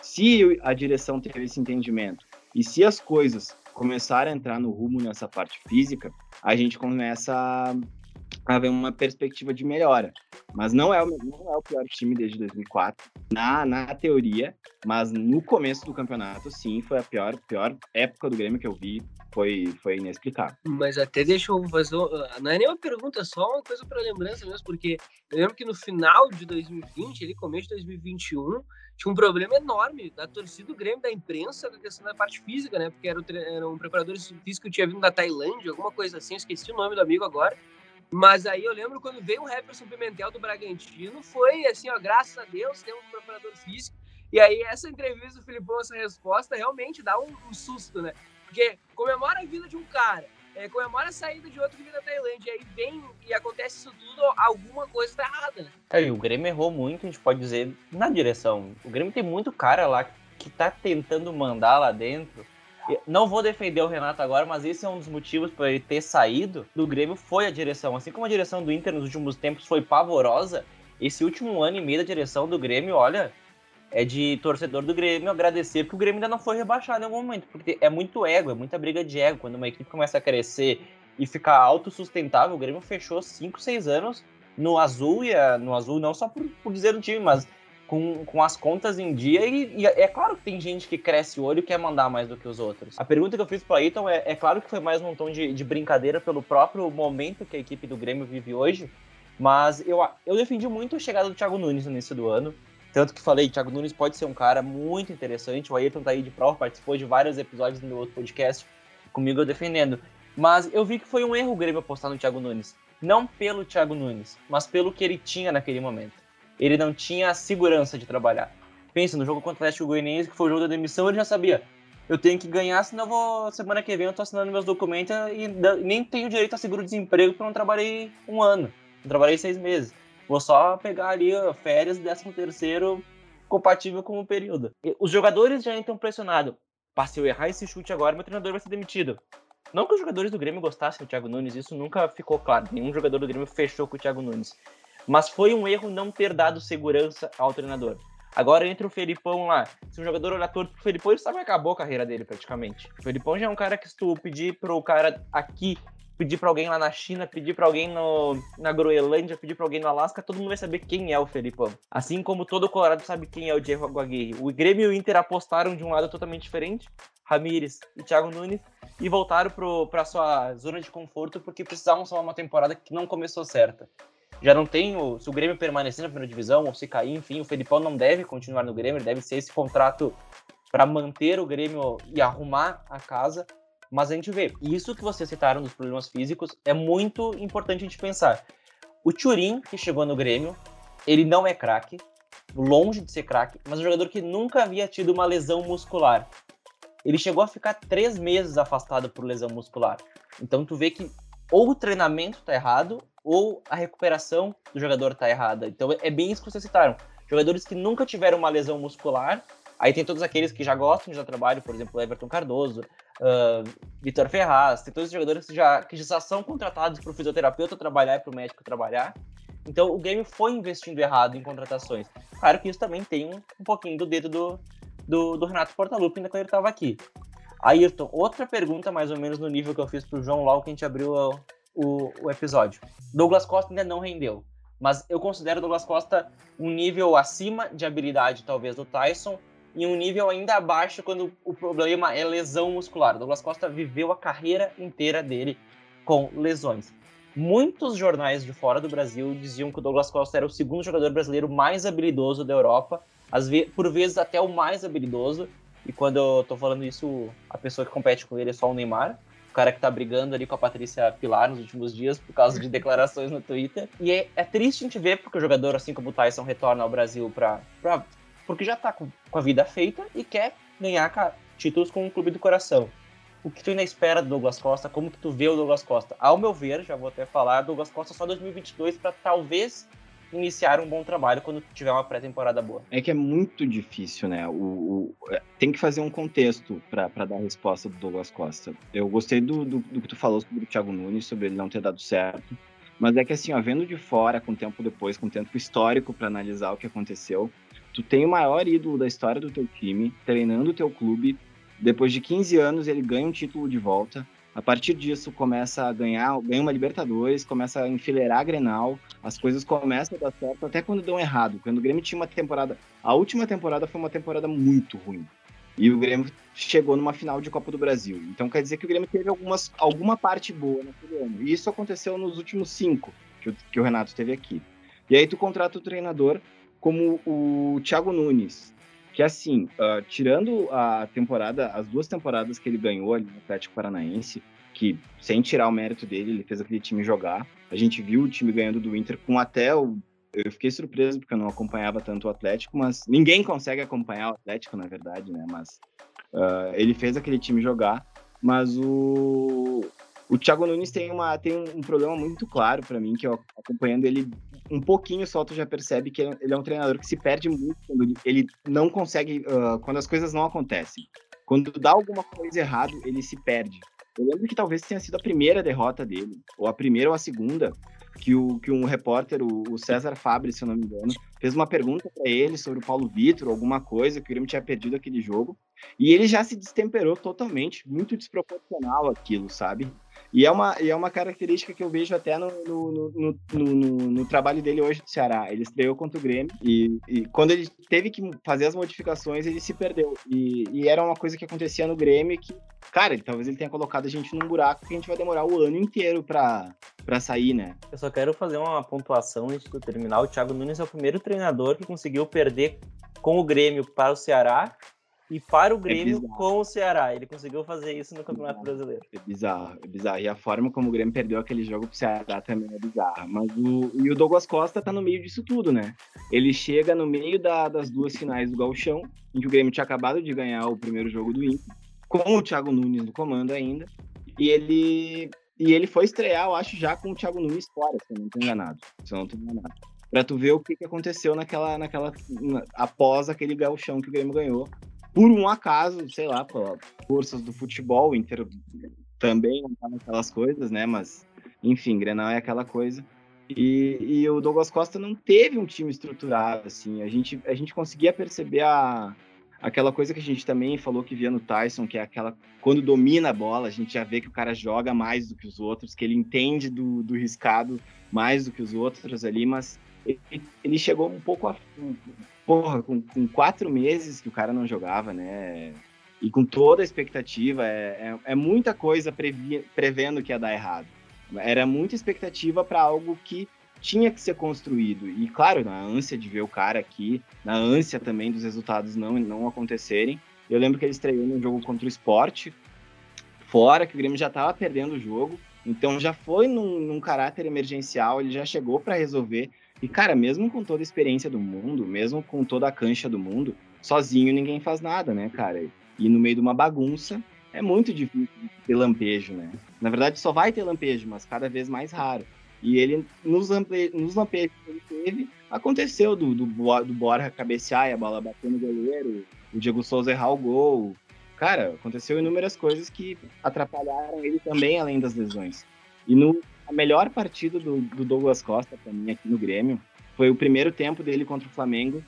Se a direção teve esse entendimento e se as coisas começarem a entrar no rumo nessa parte física, a gente começa a ver uma perspectiva de melhora. Mas não é o pior time desde 2004, na teoria, mas no começo do campeonato, sim, foi a pior época do Grêmio que eu vi, foi inexplicável. Mas até deixa eu fazer, não é nem uma pergunta, só uma coisa para lembrança mesmo, porque eu lembro que no final de 2020, ali, começo de 2021, tinha um problema enorme da torcida do Grêmio, da imprensa, da questão da parte física, né, porque era um preparador físico que tinha vindo da Tailândia, alguma coisa assim, eu esqueci o nome do amigo agora. Mas aí eu lembro quando veio o Jefferson Pimentel do Bragantino, foi assim, ó, graças a Deus, tem um preparador físico. E aí essa entrevista do Filipão, essa resposta, realmente dá um susto, né? Porque comemora a vida de um cara, comemora a saída de outro que vem da Tailândia, e aí vem e acontece isso tudo, alguma coisa tá errada, né? E o Grêmio errou muito, a gente pode dizer, na direção. O Grêmio tem muito cara lá que tá tentando mandar lá dentro. Não vou defender o Renato agora, mas esse é um dos motivos para ele ter saído do Grêmio, foi a direção. Assim como a direção do Inter nos últimos tempos foi pavorosa, esse último ano e meio da direção do Grêmio, olha, é de torcedor do Grêmio agradecer, porque o Grêmio ainda não foi rebaixado em algum momento, porque é muito ego, é muita briga de ego. Quando uma equipe começa a crescer e ficar autossustentável, o Grêmio fechou 5, 6 anos no azul, no azul não só por dizer no time, mas com as contas em dia, e é claro que tem gente que cresce o olho e quer mandar mais do que os outros. A pergunta que eu fiz pro Ayrton é claro que foi mais num tom de brincadeira pelo próprio momento que a equipe do Grêmio vive hoje, mas eu defendi muito a chegada do Thiago Nunes no início do ano, tanto que falei, Thiago Nunes pode ser um cara muito interessante, o Ayrton tá aí de prova, participou de vários episódios no meu outro podcast, comigo eu defendendo, mas eu vi que foi um erro o Grêmio apostar no Thiago Nunes, não pelo Thiago Nunes, mas pelo que ele tinha naquele momento. Ele não tinha a segurança de trabalhar. Pensa, no jogo contra o Atlético Goianiense, que foi o jogo da demissão, ele já sabia. Eu tenho que ganhar, senão semana que vem eu tô assinando meus documentos e nem tenho direito a seguro-desemprego porque eu não trabalhei um ano. Não trabalhei 6 meses. Vou só pegar ali férias, 13º, compatível com o período. Os jogadores já entram pressionados. Se eu errar esse chute agora, meu treinador vai ser demitido. Não que os jogadores do Grêmio gostassem do Thiago Nunes, isso nunca ficou claro. Nenhum jogador do Grêmio fechou com o Thiago Nunes. Mas foi um erro não ter dado segurança ao treinador. Agora entra o Felipão lá. Se um jogador olhar torto pro Felipão, ele sabe que acabou a carreira dele praticamente. O Felipão já é um cara que se tu pedir pro cara aqui, pedir pra alguém lá na China, pedir pra alguém na Groenlândia, pedir pra alguém no Alasca, todo mundo vai saber quem é o Felipão. Assim como todo o Colorado sabe quem é o Diego Aguirre. O Grêmio e o Inter apostaram de um lado totalmente diferente, Ramires e Thiago Nunes, e voltaram pra sua zona de conforto porque precisavam salvar uma temporada que não começou certa. Já não tem, se o Grêmio permanecer na primeira divisão ou se cair, enfim, o Felipão não deve continuar no Grêmio, ele deve ser esse contrato para manter o Grêmio e arrumar a casa, mas a gente vê, isso que vocês citaram dos problemas físicos é muito importante a gente pensar. O Thuram, que chegou no Grêmio, ele não é craque, longe de ser craque, mas é um jogador que nunca havia tido uma lesão muscular. Ele chegou a ficar 3 meses afastado por lesão muscular. Então tu vê que ou o treinamento tá errado, ou a recuperação do jogador tá errada. Então é bem isso que vocês citaram. Jogadores que nunca tiveram uma lesão muscular, aí tem todos aqueles que já gostam de dar trabalho, por exemplo, Everton Cardoso, Vitor Ferraz, tem todos os jogadores que já são contratados para o fisioterapeuta trabalhar e para o médico trabalhar. Então o Grêmio foi investindo errado em contratações. Claro que isso também tem um pouquinho do dedo do do Renato Portaluppi ainda quando ele estava aqui. Ayrton, outra pergunta mais ou menos no nível que eu fiz pro João logo que a gente abriu o episódio. Douglas Costa ainda não rendeu, mas eu considero o Douglas Costa um nível acima de habilidade, talvez, do Tyson, e um nível ainda abaixo quando o problema é lesão muscular. O Douglas Costa viveu a carreira inteira dele com lesões. Muitos jornais de fora do Brasil diziam que o Douglas Costa era o segundo jogador brasileiro mais habilidoso da Europa, por vezes até o mais habilidoso, e quando eu tô falando isso, a pessoa que compete com ele é só o Neymar, o cara que tá brigando ali com a Patrícia Pilar nos últimos dias por causa de declarações no Twitter. E é triste a gente ver, porque o jogador, assim como o Tyson, retorna ao Brasil porque já tá com a vida feita e quer ganhar títulos com o clube do coração. O que tu ainda espera do Douglas Costa? Como que tu vê o Douglas Costa? Ao meu ver, já vou até falar, Douglas Costa só 2022 para talvez iniciar um bom trabalho quando tiver uma pré-temporada boa. É que é muito difícil, né? Tem que fazer um contexto para dar a resposta do Douglas Costa. Eu gostei do que tu falou sobre o Thiago Nunes, sobre ele não ter dado certo, mas é que assim, ó, vendo de fora, com tempo depois, com tempo histórico para analisar o que aconteceu, tu tem o maior ídolo da história do teu time, treinando o teu clube, depois de 15 anos ele ganha um título de volta. A partir disso, começa a ganha uma Libertadores, começa a enfileirar a Grenal, as coisas começam a dar certo, até quando dão errado. Quando o Grêmio tinha uma temporada... A última temporada foi uma temporada muito ruim. E o Grêmio chegou numa final de Copa do Brasil. Então quer dizer que o Grêmio teve alguma parte boa naquele ano. E isso aconteceu nos últimos 5 que o Renato teve aqui. E aí tu contrata o treinador como o Thiago Nunes, que assim, tirando as 2 temporadas que ele ganhou ali no Atlético Paranaense, que sem tirar o mérito dele, ele fez aquele time jogar. A gente viu o time ganhando do Inter com eu fiquei surpreso porque eu não acompanhava tanto o Atlético, mas ninguém consegue acompanhar o Atlético, na verdade, né? Mas ele fez aquele time jogar, mas o Thiago Nunes tem um problema muito claro para mim, que eu acompanhando ele um pouquinho só, tu já percebe que ele é um treinador que se perde muito quando ele não consegue, quando as coisas não acontecem. Quando dá alguma coisa errada, ele se perde. Eu lembro que talvez tenha sido a primeira derrota dele, ou a primeira ou a segunda, que um repórter, o César Fabri, se eu não me engano, fez uma pergunta para ele sobre o Paulo Vitor, alguma coisa, que o Grêmio tinha perdido aquele jogo, e ele já se destemperou totalmente, muito desproporcional aquilo, sabe? E é uma característica que eu vejo até no trabalho dele hoje no Ceará. Ele estreou contra o Grêmio e quando ele teve que fazer as modificações, ele se perdeu. E era uma coisa que acontecia no Grêmio que, cara, talvez ele tenha colocado a gente num buraco que a gente vai demorar o ano inteiro pra sair, né? Eu só quero fazer uma pontuação antes de terminar. O Thiago Nunes é o primeiro treinador que conseguiu perder com o Grêmio para o Ceará e para o Grêmio com o Ceará. Ele conseguiu fazer isso no Campeonato Brasileiro. É bizarro. E a forma como o Grêmio perdeu aquele jogo pro Ceará também é bizarra. Mas o Douglas Costa tá no meio disso tudo, né? Ele chega no meio das 2 finais do Gauchão, em que o Grêmio tinha acabado de ganhar o primeiro jogo do Inter, com o Thiago Nunes no comando ainda, e ele foi estrear, eu acho, já com o Thiago Nunes fora, se eu não tô enganado. Pra tu ver o que aconteceu após aquele Gauchão que o Grêmio ganhou. Por um acaso, sei lá, por forças do futebol, o Inter também não tá naquelas coisas, né? Mas, enfim, Grenal é aquela coisa. E o Douglas Costa não teve um time estruturado, assim. A gente conseguia perceber aquela coisa que a gente também falou que via no Tyson, que é aquela... Quando domina a bola, a gente já vê que o cara joga mais do que os outros, que ele entende do riscado mais do que os outros ali, mas ele chegou um pouco com 4 meses que o cara não jogava, né? E com toda a expectativa, é muita coisa prevendo que ia dar errado. Era muita expectativa para algo que tinha que ser construído. E, claro, na ânsia de ver o cara aqui, na ânsia também dos resultados não acontecerem. Eu lembro que ele estreou num jogo contra o Sport, fora, que o Grêmio já estava perdendo o jogo. Então já foi num caráter emergencial, ele já chegou para resolver. E, cara, mesmo com toda a experiência do mundo, mesmo com toda a cancha do mundo, sozinho ninguém faz nada, né, cara? E no meio de uma bagunça, é muito difícil ter lampejo, né? Na verdade, só vai ter lampejo, mas cada vez mais raro. E ele, nos lampejos que ele teve, aconteceu do Borja cabecear e a bola bater no goleiro, o Diego Souza errar o gol. Cara, aconteceu inúmeras coisas que atrapalharam ele também, além das lesões. E a melhor partida do Douglas Costa, pra mim, aqui no Grêmio, foi o primeiro tempo dele contra o Flamengo,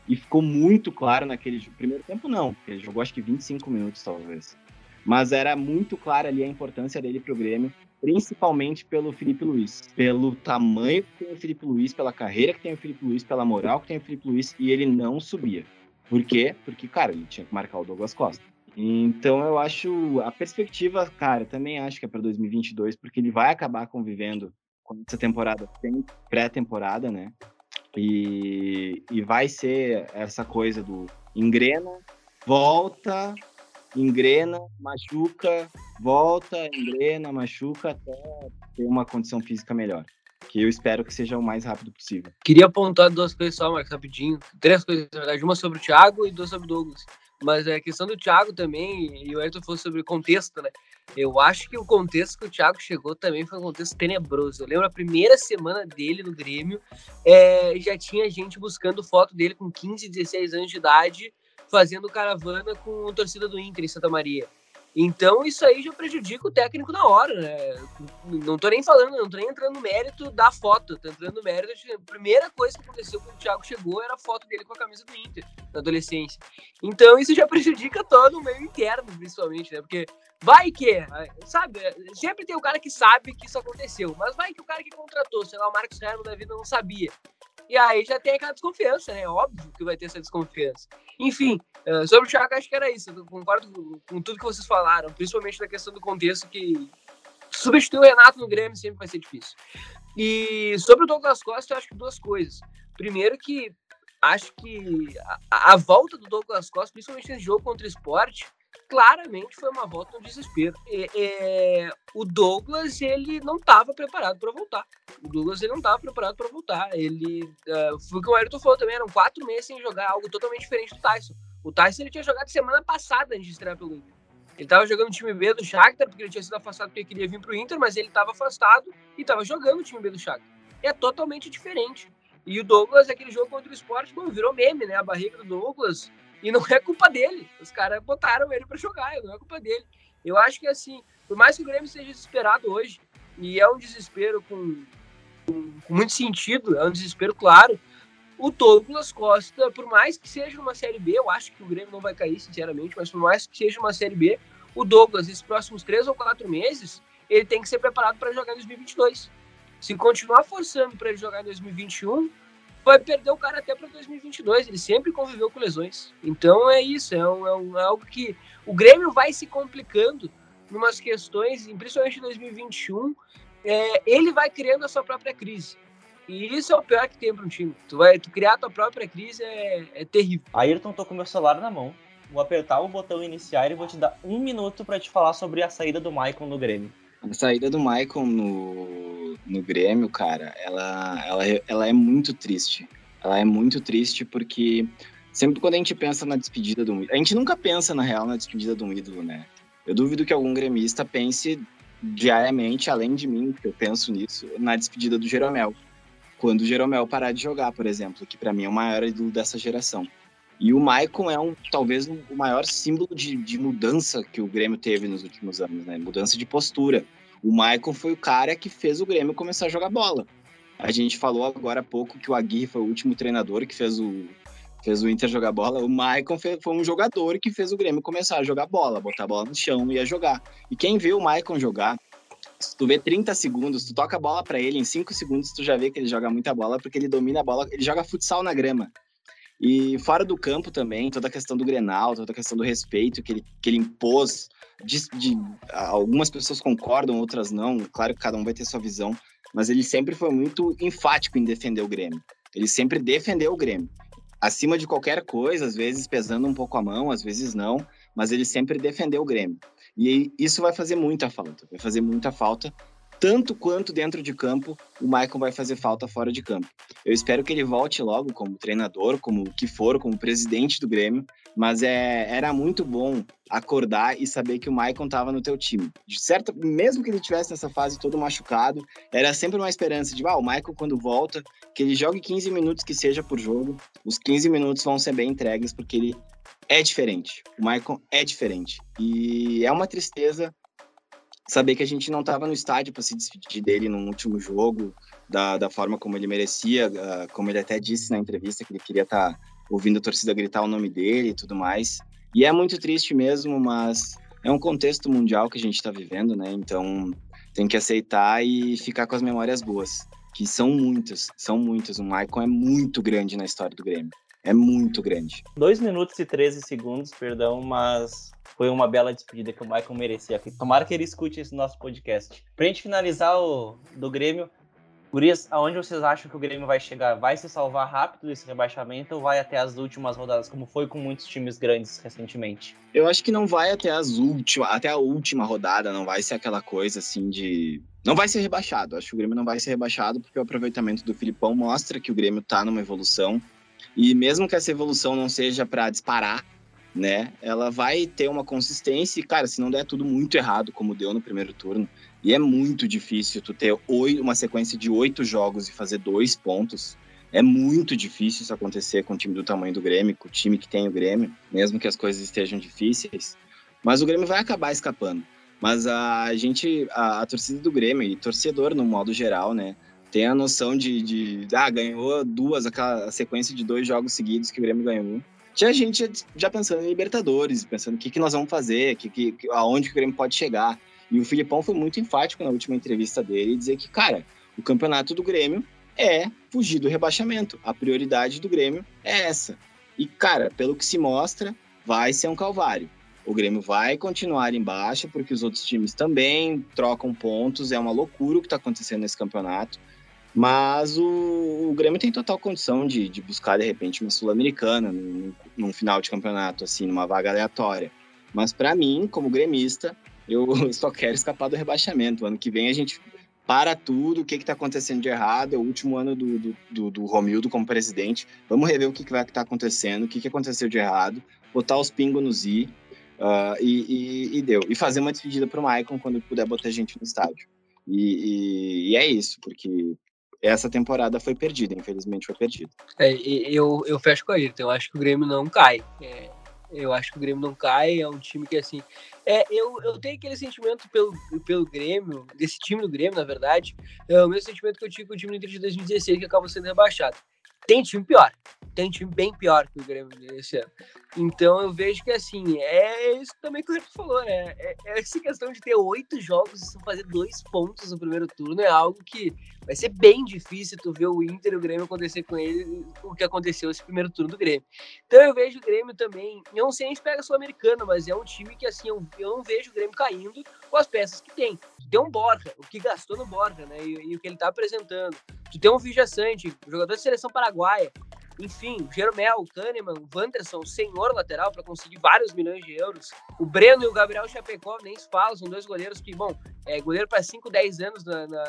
e ficou muito claro naquele primeiro tempo, não, porque ele jogou acho que 25 minutos, talvez. Mas era muito clara ali a importância dele pro Grêmio, principalmente pelo Filipe Luís. Pelo tamanho que tem o Filipe Luís, pela carreira que tem o Filipe Luís, pela moral que tem o Filipe Luís, e ele não subia. Por quê? Porque, cara, ele tinha que marcar o Douglas Costa. Então eu acho, a perspectiva, cara, também acho que é para 2022, porque ele vai acabar convivendo com essa temporada sem pré-temporada, né? E vai ser essa coisa do engrena, volta, engrena, machuca, volta, engrena, machuca, até ter uma condição física melhor. Que eu espero que seja o mais rápido possível. Queria apontar 2 coisas só, Marcos, rapidinho. 3 coisas, na verdade. Uma sobre o Thiago e 2 sobre o Douglas. Mas a questão do Thiago também, e o Ayrton falou sobre o contexto, né? Eu acho que o contexto que o Thiago chegou também foi um contexto tenebroso. Eu lembro a primeira semana dele no Grêmio, já tinha gente buscando foto dele com 15, 16 anos de idade, fazendo caravana com a torcida do Inter em Santa Maria. Então isso aí já prejudica o técnico na hora, né? Não tô nem falando, não tô nem entrando no mérito da foto, tô entrando no mérito de... A primeira coisa que aconteceu quando o Thiago chegou era a foto dele com a camisa do Inter, na adolescência. Então isso já prejudica todo o meio interno, principalmente, né? Porque vai que, sabe, sempre tem o cara que sabe que isso aconteceu, mas vai que o cara que contratou, sei lá, o Marcos Herman da vida não sabia. E aí já tem aquela desconfiança, né? Óbvio que vai ter essa desconfiança. Enfim, sobre o Thiago, acho que era isso. Eu concordo com tudo que vocês falaram, principalmente na questão do contexto, que substituir o Renato no Grêmio sempre vai ser difícil. E sobre o Douglas Costa, eu acho que 2 coisas. Primeiro que acho que a volta do Douglas Costa, principalmente nesse jogo contra o Sport, claramente foi uma volta no desespero. O Douglas, ele não estava preparado para voltar. Ele, foi o que o Ayrton falou também, eram 4 meses sem jogar, algo totalmente diferente do Tyson. O Tyson, ele tinha jogado semana passada antes de estrear pelo Inter. Ele estava jogando no time B do Shakhtar, porque ele tinha sido afastado porque ele queria vir pro Inter, mas ele estava afastado e estava jogando no time B do Shakhtar. É totalmente diferente. E o Douglas, aquele jogo contra o Sport, virou meme, né? A barriga do Douglas. E não é culpa dele. Os caras botaram ele pra jogar, não é culpa dele. Eu acho que, assim, por mais que o Grêmio seja desesperado hoje, e é um desespero com muito sentido, é um desespero claro, o Douglas Costa, por mais que seja uma Série B, eu acho que o Grêmio não vai cair, sinceramente, mas por mais que seja uma Série B, o Douglas, nesses próximos 3 ou 4 meses, ele tem que ser preparado para jogar em 2022. Se continuar forçando para ele jogar em 2021, vai perder o cara até para 2022. Ele sempre conviveu com lesões. Então é isso, é algo que o Grêmio vai se complicando em umas questões, principalmente em 2021, ele vai criando a sua própria crise. E isso é o pior que tem para um time. Tu criar a tua própria crise é terrível. Ayrton, tô com meu celular na mão. Vou apertar o botão iniciar e vou te dar 1 minuto para te falar sobre a saída do Maicon no Grêmio. A saída do Maicon no Grêmio, cara, ela é muito triste. Ela é muito triste porque sempre quando a gente pensa na despedida de um ídolo... A gente nunca pensa, na real, na despedida de um ídolo, né? Eu duvido que algum gremista pense diariamente, além de mim, porque eu penso nisso, na despedida do Jeromel. Quando o Jeromel parar de jogar, por exemplo, que pra mim é o maior ídolo dessa geração. E o Maicon talvez o maior símbolo de mudança que o Grêmio teve nos últimos anos, né? Mudança de postura. O Maicon foi o cara que fez o Grêmio começar a jogar bola. A gente falou agora há pouco que o Aguirre foi o último treinador que fez o Inter jogar bola. O Maicon foi um jogador que fez o Grêmio começar a jogar bola, botar a bola no chão e ia jogar. E quem vê o Maicon jogar, se tu vê 30 segundos, tu toca a bola pra ele, em 5 segundos tu já vê que ele joga muita bola, porque ele domina a bola, ele joga futsal na grama. E fora do campo também, toda a questão do Grenal, toda a questão do respeito que ele impôs, algumas pessoas concordam, outras não, claro que cada um vai ter sua visão, mas ele sempre foi muito enfático em defender o Grêmio. Ele sempre defendeu o Grêmio. Acima de qualquer coisa, às vezes pesando um pouco a mão, às vezes não, mas ele sempre defendeu o Grêmio. E isso vai fazer muita falta, tanto quanto dentro de campo, o Maicon vai fazer falta fora de campo. Eu espero que ele volte logo como treinador, como o que for, como presidente do Grêmio, mas era muito bom acordar e saber que o Maicon estava no teu time. De certo, mesmo que ele estivesse nessa fase todo machucado, era sempre uma esperança de, o Maicon quando volta, que ele jogue 15 minutos que seja por jogo, os 15 minutos vão ser bem entregues, porque ele é diferente. O Maicon é diferente. E é uma tristeza saber que a gente não estava no estádio para se despedir dele no último jogo, da forma como ele merecia, como ele até disse na entrevista, que ele queria estar ouvindo a torcida gritar o nome dele e tudo mais. E é muito triste mesmo, mas é um contexto mundial que a gente está vivendo, né? Então tem que aceitar e ficar com as memórias boas, que são muitas. O Maicon é muito grande na história do Grêmio. É muito grande. 2 minutos e 13 segundos, perdão, mas foi uma bela despedida que o Maicon merecia. Tomara que ele escute esse nosso podcast. Pra gente finalizar o do Grêmio, gurias, aonde vocês acham que o Grêmio vai chegar? Vai se salvar rápido desse rebaixamento ou vai até as últimas rodadas, como foi com muitos times grandes recentemente? Eu acho que não vai até a última rodada, não vai ser aquela coisa assim de... Não vai ser rebaixado. Acho que o Grêmio não vai ser rebaixado porque o aproveitamento do Filipão mostra que o Grêmio tá numa evolução. E mesmo que essa evolução não seja para disparar, né, ela vai ter uma consistência e, cara, se não der tudo muito errado, como deu no primeiro turno, e é muito difícil tu ter uma sequência de 8 jogos e fazer 2 pontos, é muito difícil isso acontecer com um time do tamanho do Grêmio, com o time que tem o Grêmio, mesmo que as coisas estejam difíceis, mas o Grêmio vai acabar escapando. Mas a torcida do Grêmio e torcedor no modo geral, né, tem a noção ganhou aquela sequência de 2 jogos seguidos que o Grêmio ganhou. Tinha gente já pensando em Libertadores, pensando o que nós vamos fazer, aonde que o Grêmio pode chegar. E o Filipão foi muito enfático na última entrevista dele, dizer que, cara, o campeonato do Grêmio é fugir do rebaixamento. A prioridade do Grêmio é essa. E, cara, pelo que se mostra, vai ser um calvário. O Grêmio vai continuar embaixo, porque os outros times também trocam pontos. É uma loucura o que está acontecendo nesse campeonato. Mas o Grêmio tem total condição de buscar, de repente, uma Sul-Americana num final de campeonato, assim, numa vaga aleatória. Mas, para mim, como gremista, eu só quero escapar do rebaixamento. Ano que vem a gente para tudo, o que está acontecendo de errado. É o último ano do Romildo como presidente. Vamos rever o que vai estar acontecendo, o que aconteceu de errado, botar os pingos nos i e deu. E fazer uma despedida para o Maicon quando puder botar gente no estádio. E é isso, porque essa temporada foi perdida, infelizmente foi perdida. Eu fecho com a Ayrton, eu acho que o Grêmio não cai. Eu acho que o Grêmio não cai, é um time que, assim... Eu tenho aquele sentimento pelo Grêmio, desse time do Grêmio, na verdade, é o mesmo sentimento que eu tive com o time do Inter de 2016, que acabou sendo rebaixado. Tem time pior, tem time bem pior que o Grêmio esse ano. Então eu vejo que, assim, é isso também que o Renato falou, né? Essa questão de ter 8 jogos e fazer 2 pontos no primeiro turno é algo que vai ser bem difícil tu ver o Inter e o Grêmio acontecer com ele, o que aconteceu esse primeiro turno do Grêmio. Então eu vejo o Grêmio também, eu não sei se a gente pega a Sul-Americana, mas é um time que, assim, eu não vejo o Grêmio caindo com as peças que tem. Tu tem um Borja, o que gastou no Borja, né? E o que ele tá apresentando. Tu tem um Vijaçante, jogador de seleção paraguaia. Enfim, o Jeromel, o Kahneman, o Wanderson, o senhor lateral para conseguir vários milhões de euros. O Breno e o Gabriel Chapecó, nem se fala, são 2 goleiros que, bom, goleiro para 5, 10 anos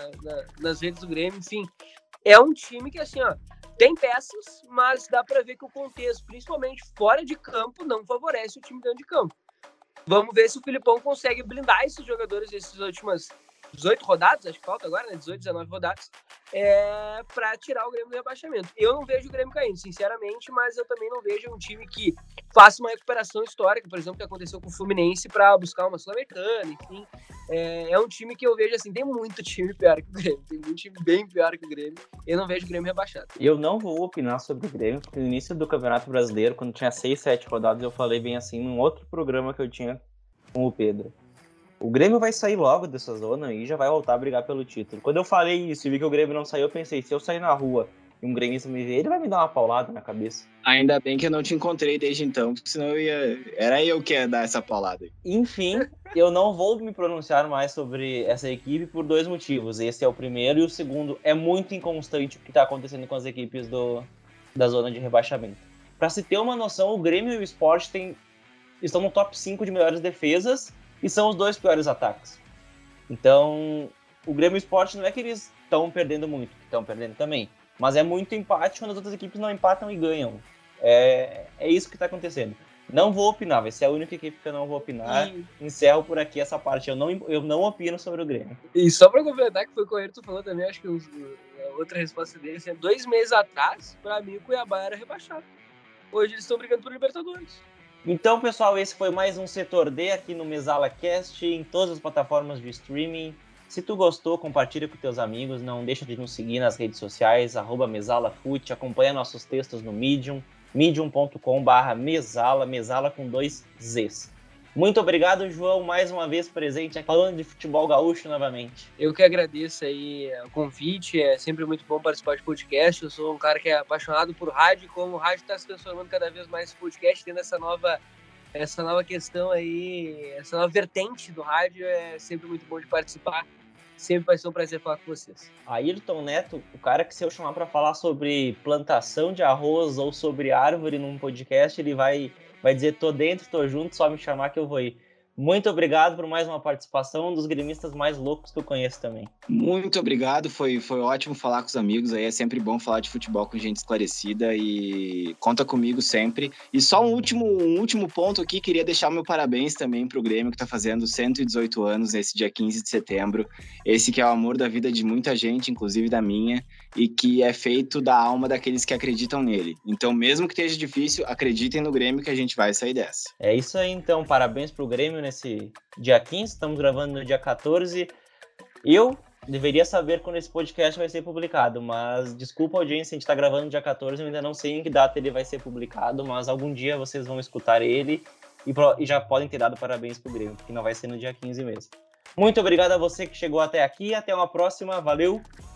nas redes do Grêmio. Enfim, é um time que, assim, ó, tem peças, mas dá para ver que o contexto, principalmente fora de campo, não favorece o time dentro de campo. Vamos ver se o Filipão consegue blindar esses jogadores dessas últimas 18 rodadas, acho que falta agora, né? 18, 19 rodadas, para tirar o Grêmio do rebaixamento. Eu não vejo o Grêmio caindo, sinceramente, mas eu também não vejo um time que faça uma recuperação histórica, por exemplo, que aconteceu com o Fluminense para buscar uma Sul-Americana, enfim. É um time que eu vejo, assim, tem muito time pior que o Grêmio, tem muito time bem pior que o Grêmio, eu não vejo o Grêmio rebaixado. Eu não vou opinar sobre o Grêmio, porque no início do Campeonato Brasileiro, quando tinha 6, 7 rodadas, eu falei bem assim, num outro programa que eu tinha com o Pedro. O Grêmio vai sair logo dessa zona e já vai voltar a brigar pelo título. Quando eu falei isso e vi que o Grêmio não saiu, eu pensei, se eu sair na rua e um gremista me ver, ele vai me dar uma paulada na cabeça. Ainda bem que eu não te encontrei desde então, porque senão era eu que ia dar essa paulada. Enfim, eu não vou me pronunciar mais sobre essa equipe por 2 motivos. Esse é o primeiro e o segundo, é muito inconstante o que está acontecendo com as equipes da zona de rebaixamento. Para se ter uma noção, o Grêmio e o Sport estão no top 5 de melhores defesas e são os 2 piores ataques. Então, o Grêmio e o Sport não é que eles estão perdendo muito, estão perdendo também, mas é muito empate quando as outras equipes não empatam e ganham. É isso que está acontecendo. Não vou opinar, vai ser a única equipe que eu não vou opinar. Encerro por aqui essa parte, eu não opino sobre o Grêmio. E só para completar, que foi o que o Ayrton falou também, acho que a outra resposta dele, assim, 2 meses atrás, para mim o Cuiabá era rebaixado. Hoje eles estão brigando por Libertadores. Então, pessoal, esse foi mais um Setor D aqui no MesalaCast, em todas as plataformas de streaming. Se tu gostou, compartilha com teus amigos, não deixa de nos seguir nas redes sociais, @mesalafut, acompanha nossos textos no Medium, medium.com/mesala, mesala com 2 Zs. Muito obrigado, João, mais uma vez presente aqui, falando de futebol gaúcho novamente. Eu que agradeço aí o convite, é sempre muito bom participar de podcast. Eu sou um cara que é apaixonado por rádio, e como o rádio está se transformando cada vez mais em podcast, tendo essa nova questão aí, essa nova vertente do rádio, é sempre muito bom de participar. Sempre vai ser um prazer falar com vocês. Ayrton Neto, o cara que se eu chamar para falar sobre plantação de arroz ou sobre árvore num podcast, ele vai dizer, tô dentro, tô junto, só me chamar que eu vou ir. Muito obrigado por mais uma participação, um dos gremistas mais loucos que eu conheço também. Muito obrigado, foi ótimo falar com os amigos aí, é sempre bom falar de futebol com gente esclarecida e conta comigo sempre. E só um último ponto aqui, queria deixar o meu parabéns também pro Grêmio, que tá fazendo 118 anos nesse dia 15 de setembro, esse que é o amor da vida de muita gente, inclusive da minha, e que é feito da alma daqueles que acreditam nele. Então, mesmo que esteja difícil, acreditem no Grêmio que a gente vai sair dessa. É isso aí, então, parabéns pro Grêmio nesse dia 15, estamos gravando no dia 14. Eu deveria saber quando esse podcast vai ser publicado, mas desculpa a audiência, a gente está gravando no dia 14, eu ainda não sei em que data ele vai ser publicado, mas algum dia vocês vão escutar ele e já podem ter dado parabéns pro Grêmio, porque não vai ser no dia 15 mesmo. Muito obrigado a você que chegou até aqui, até uma próxima, valeu!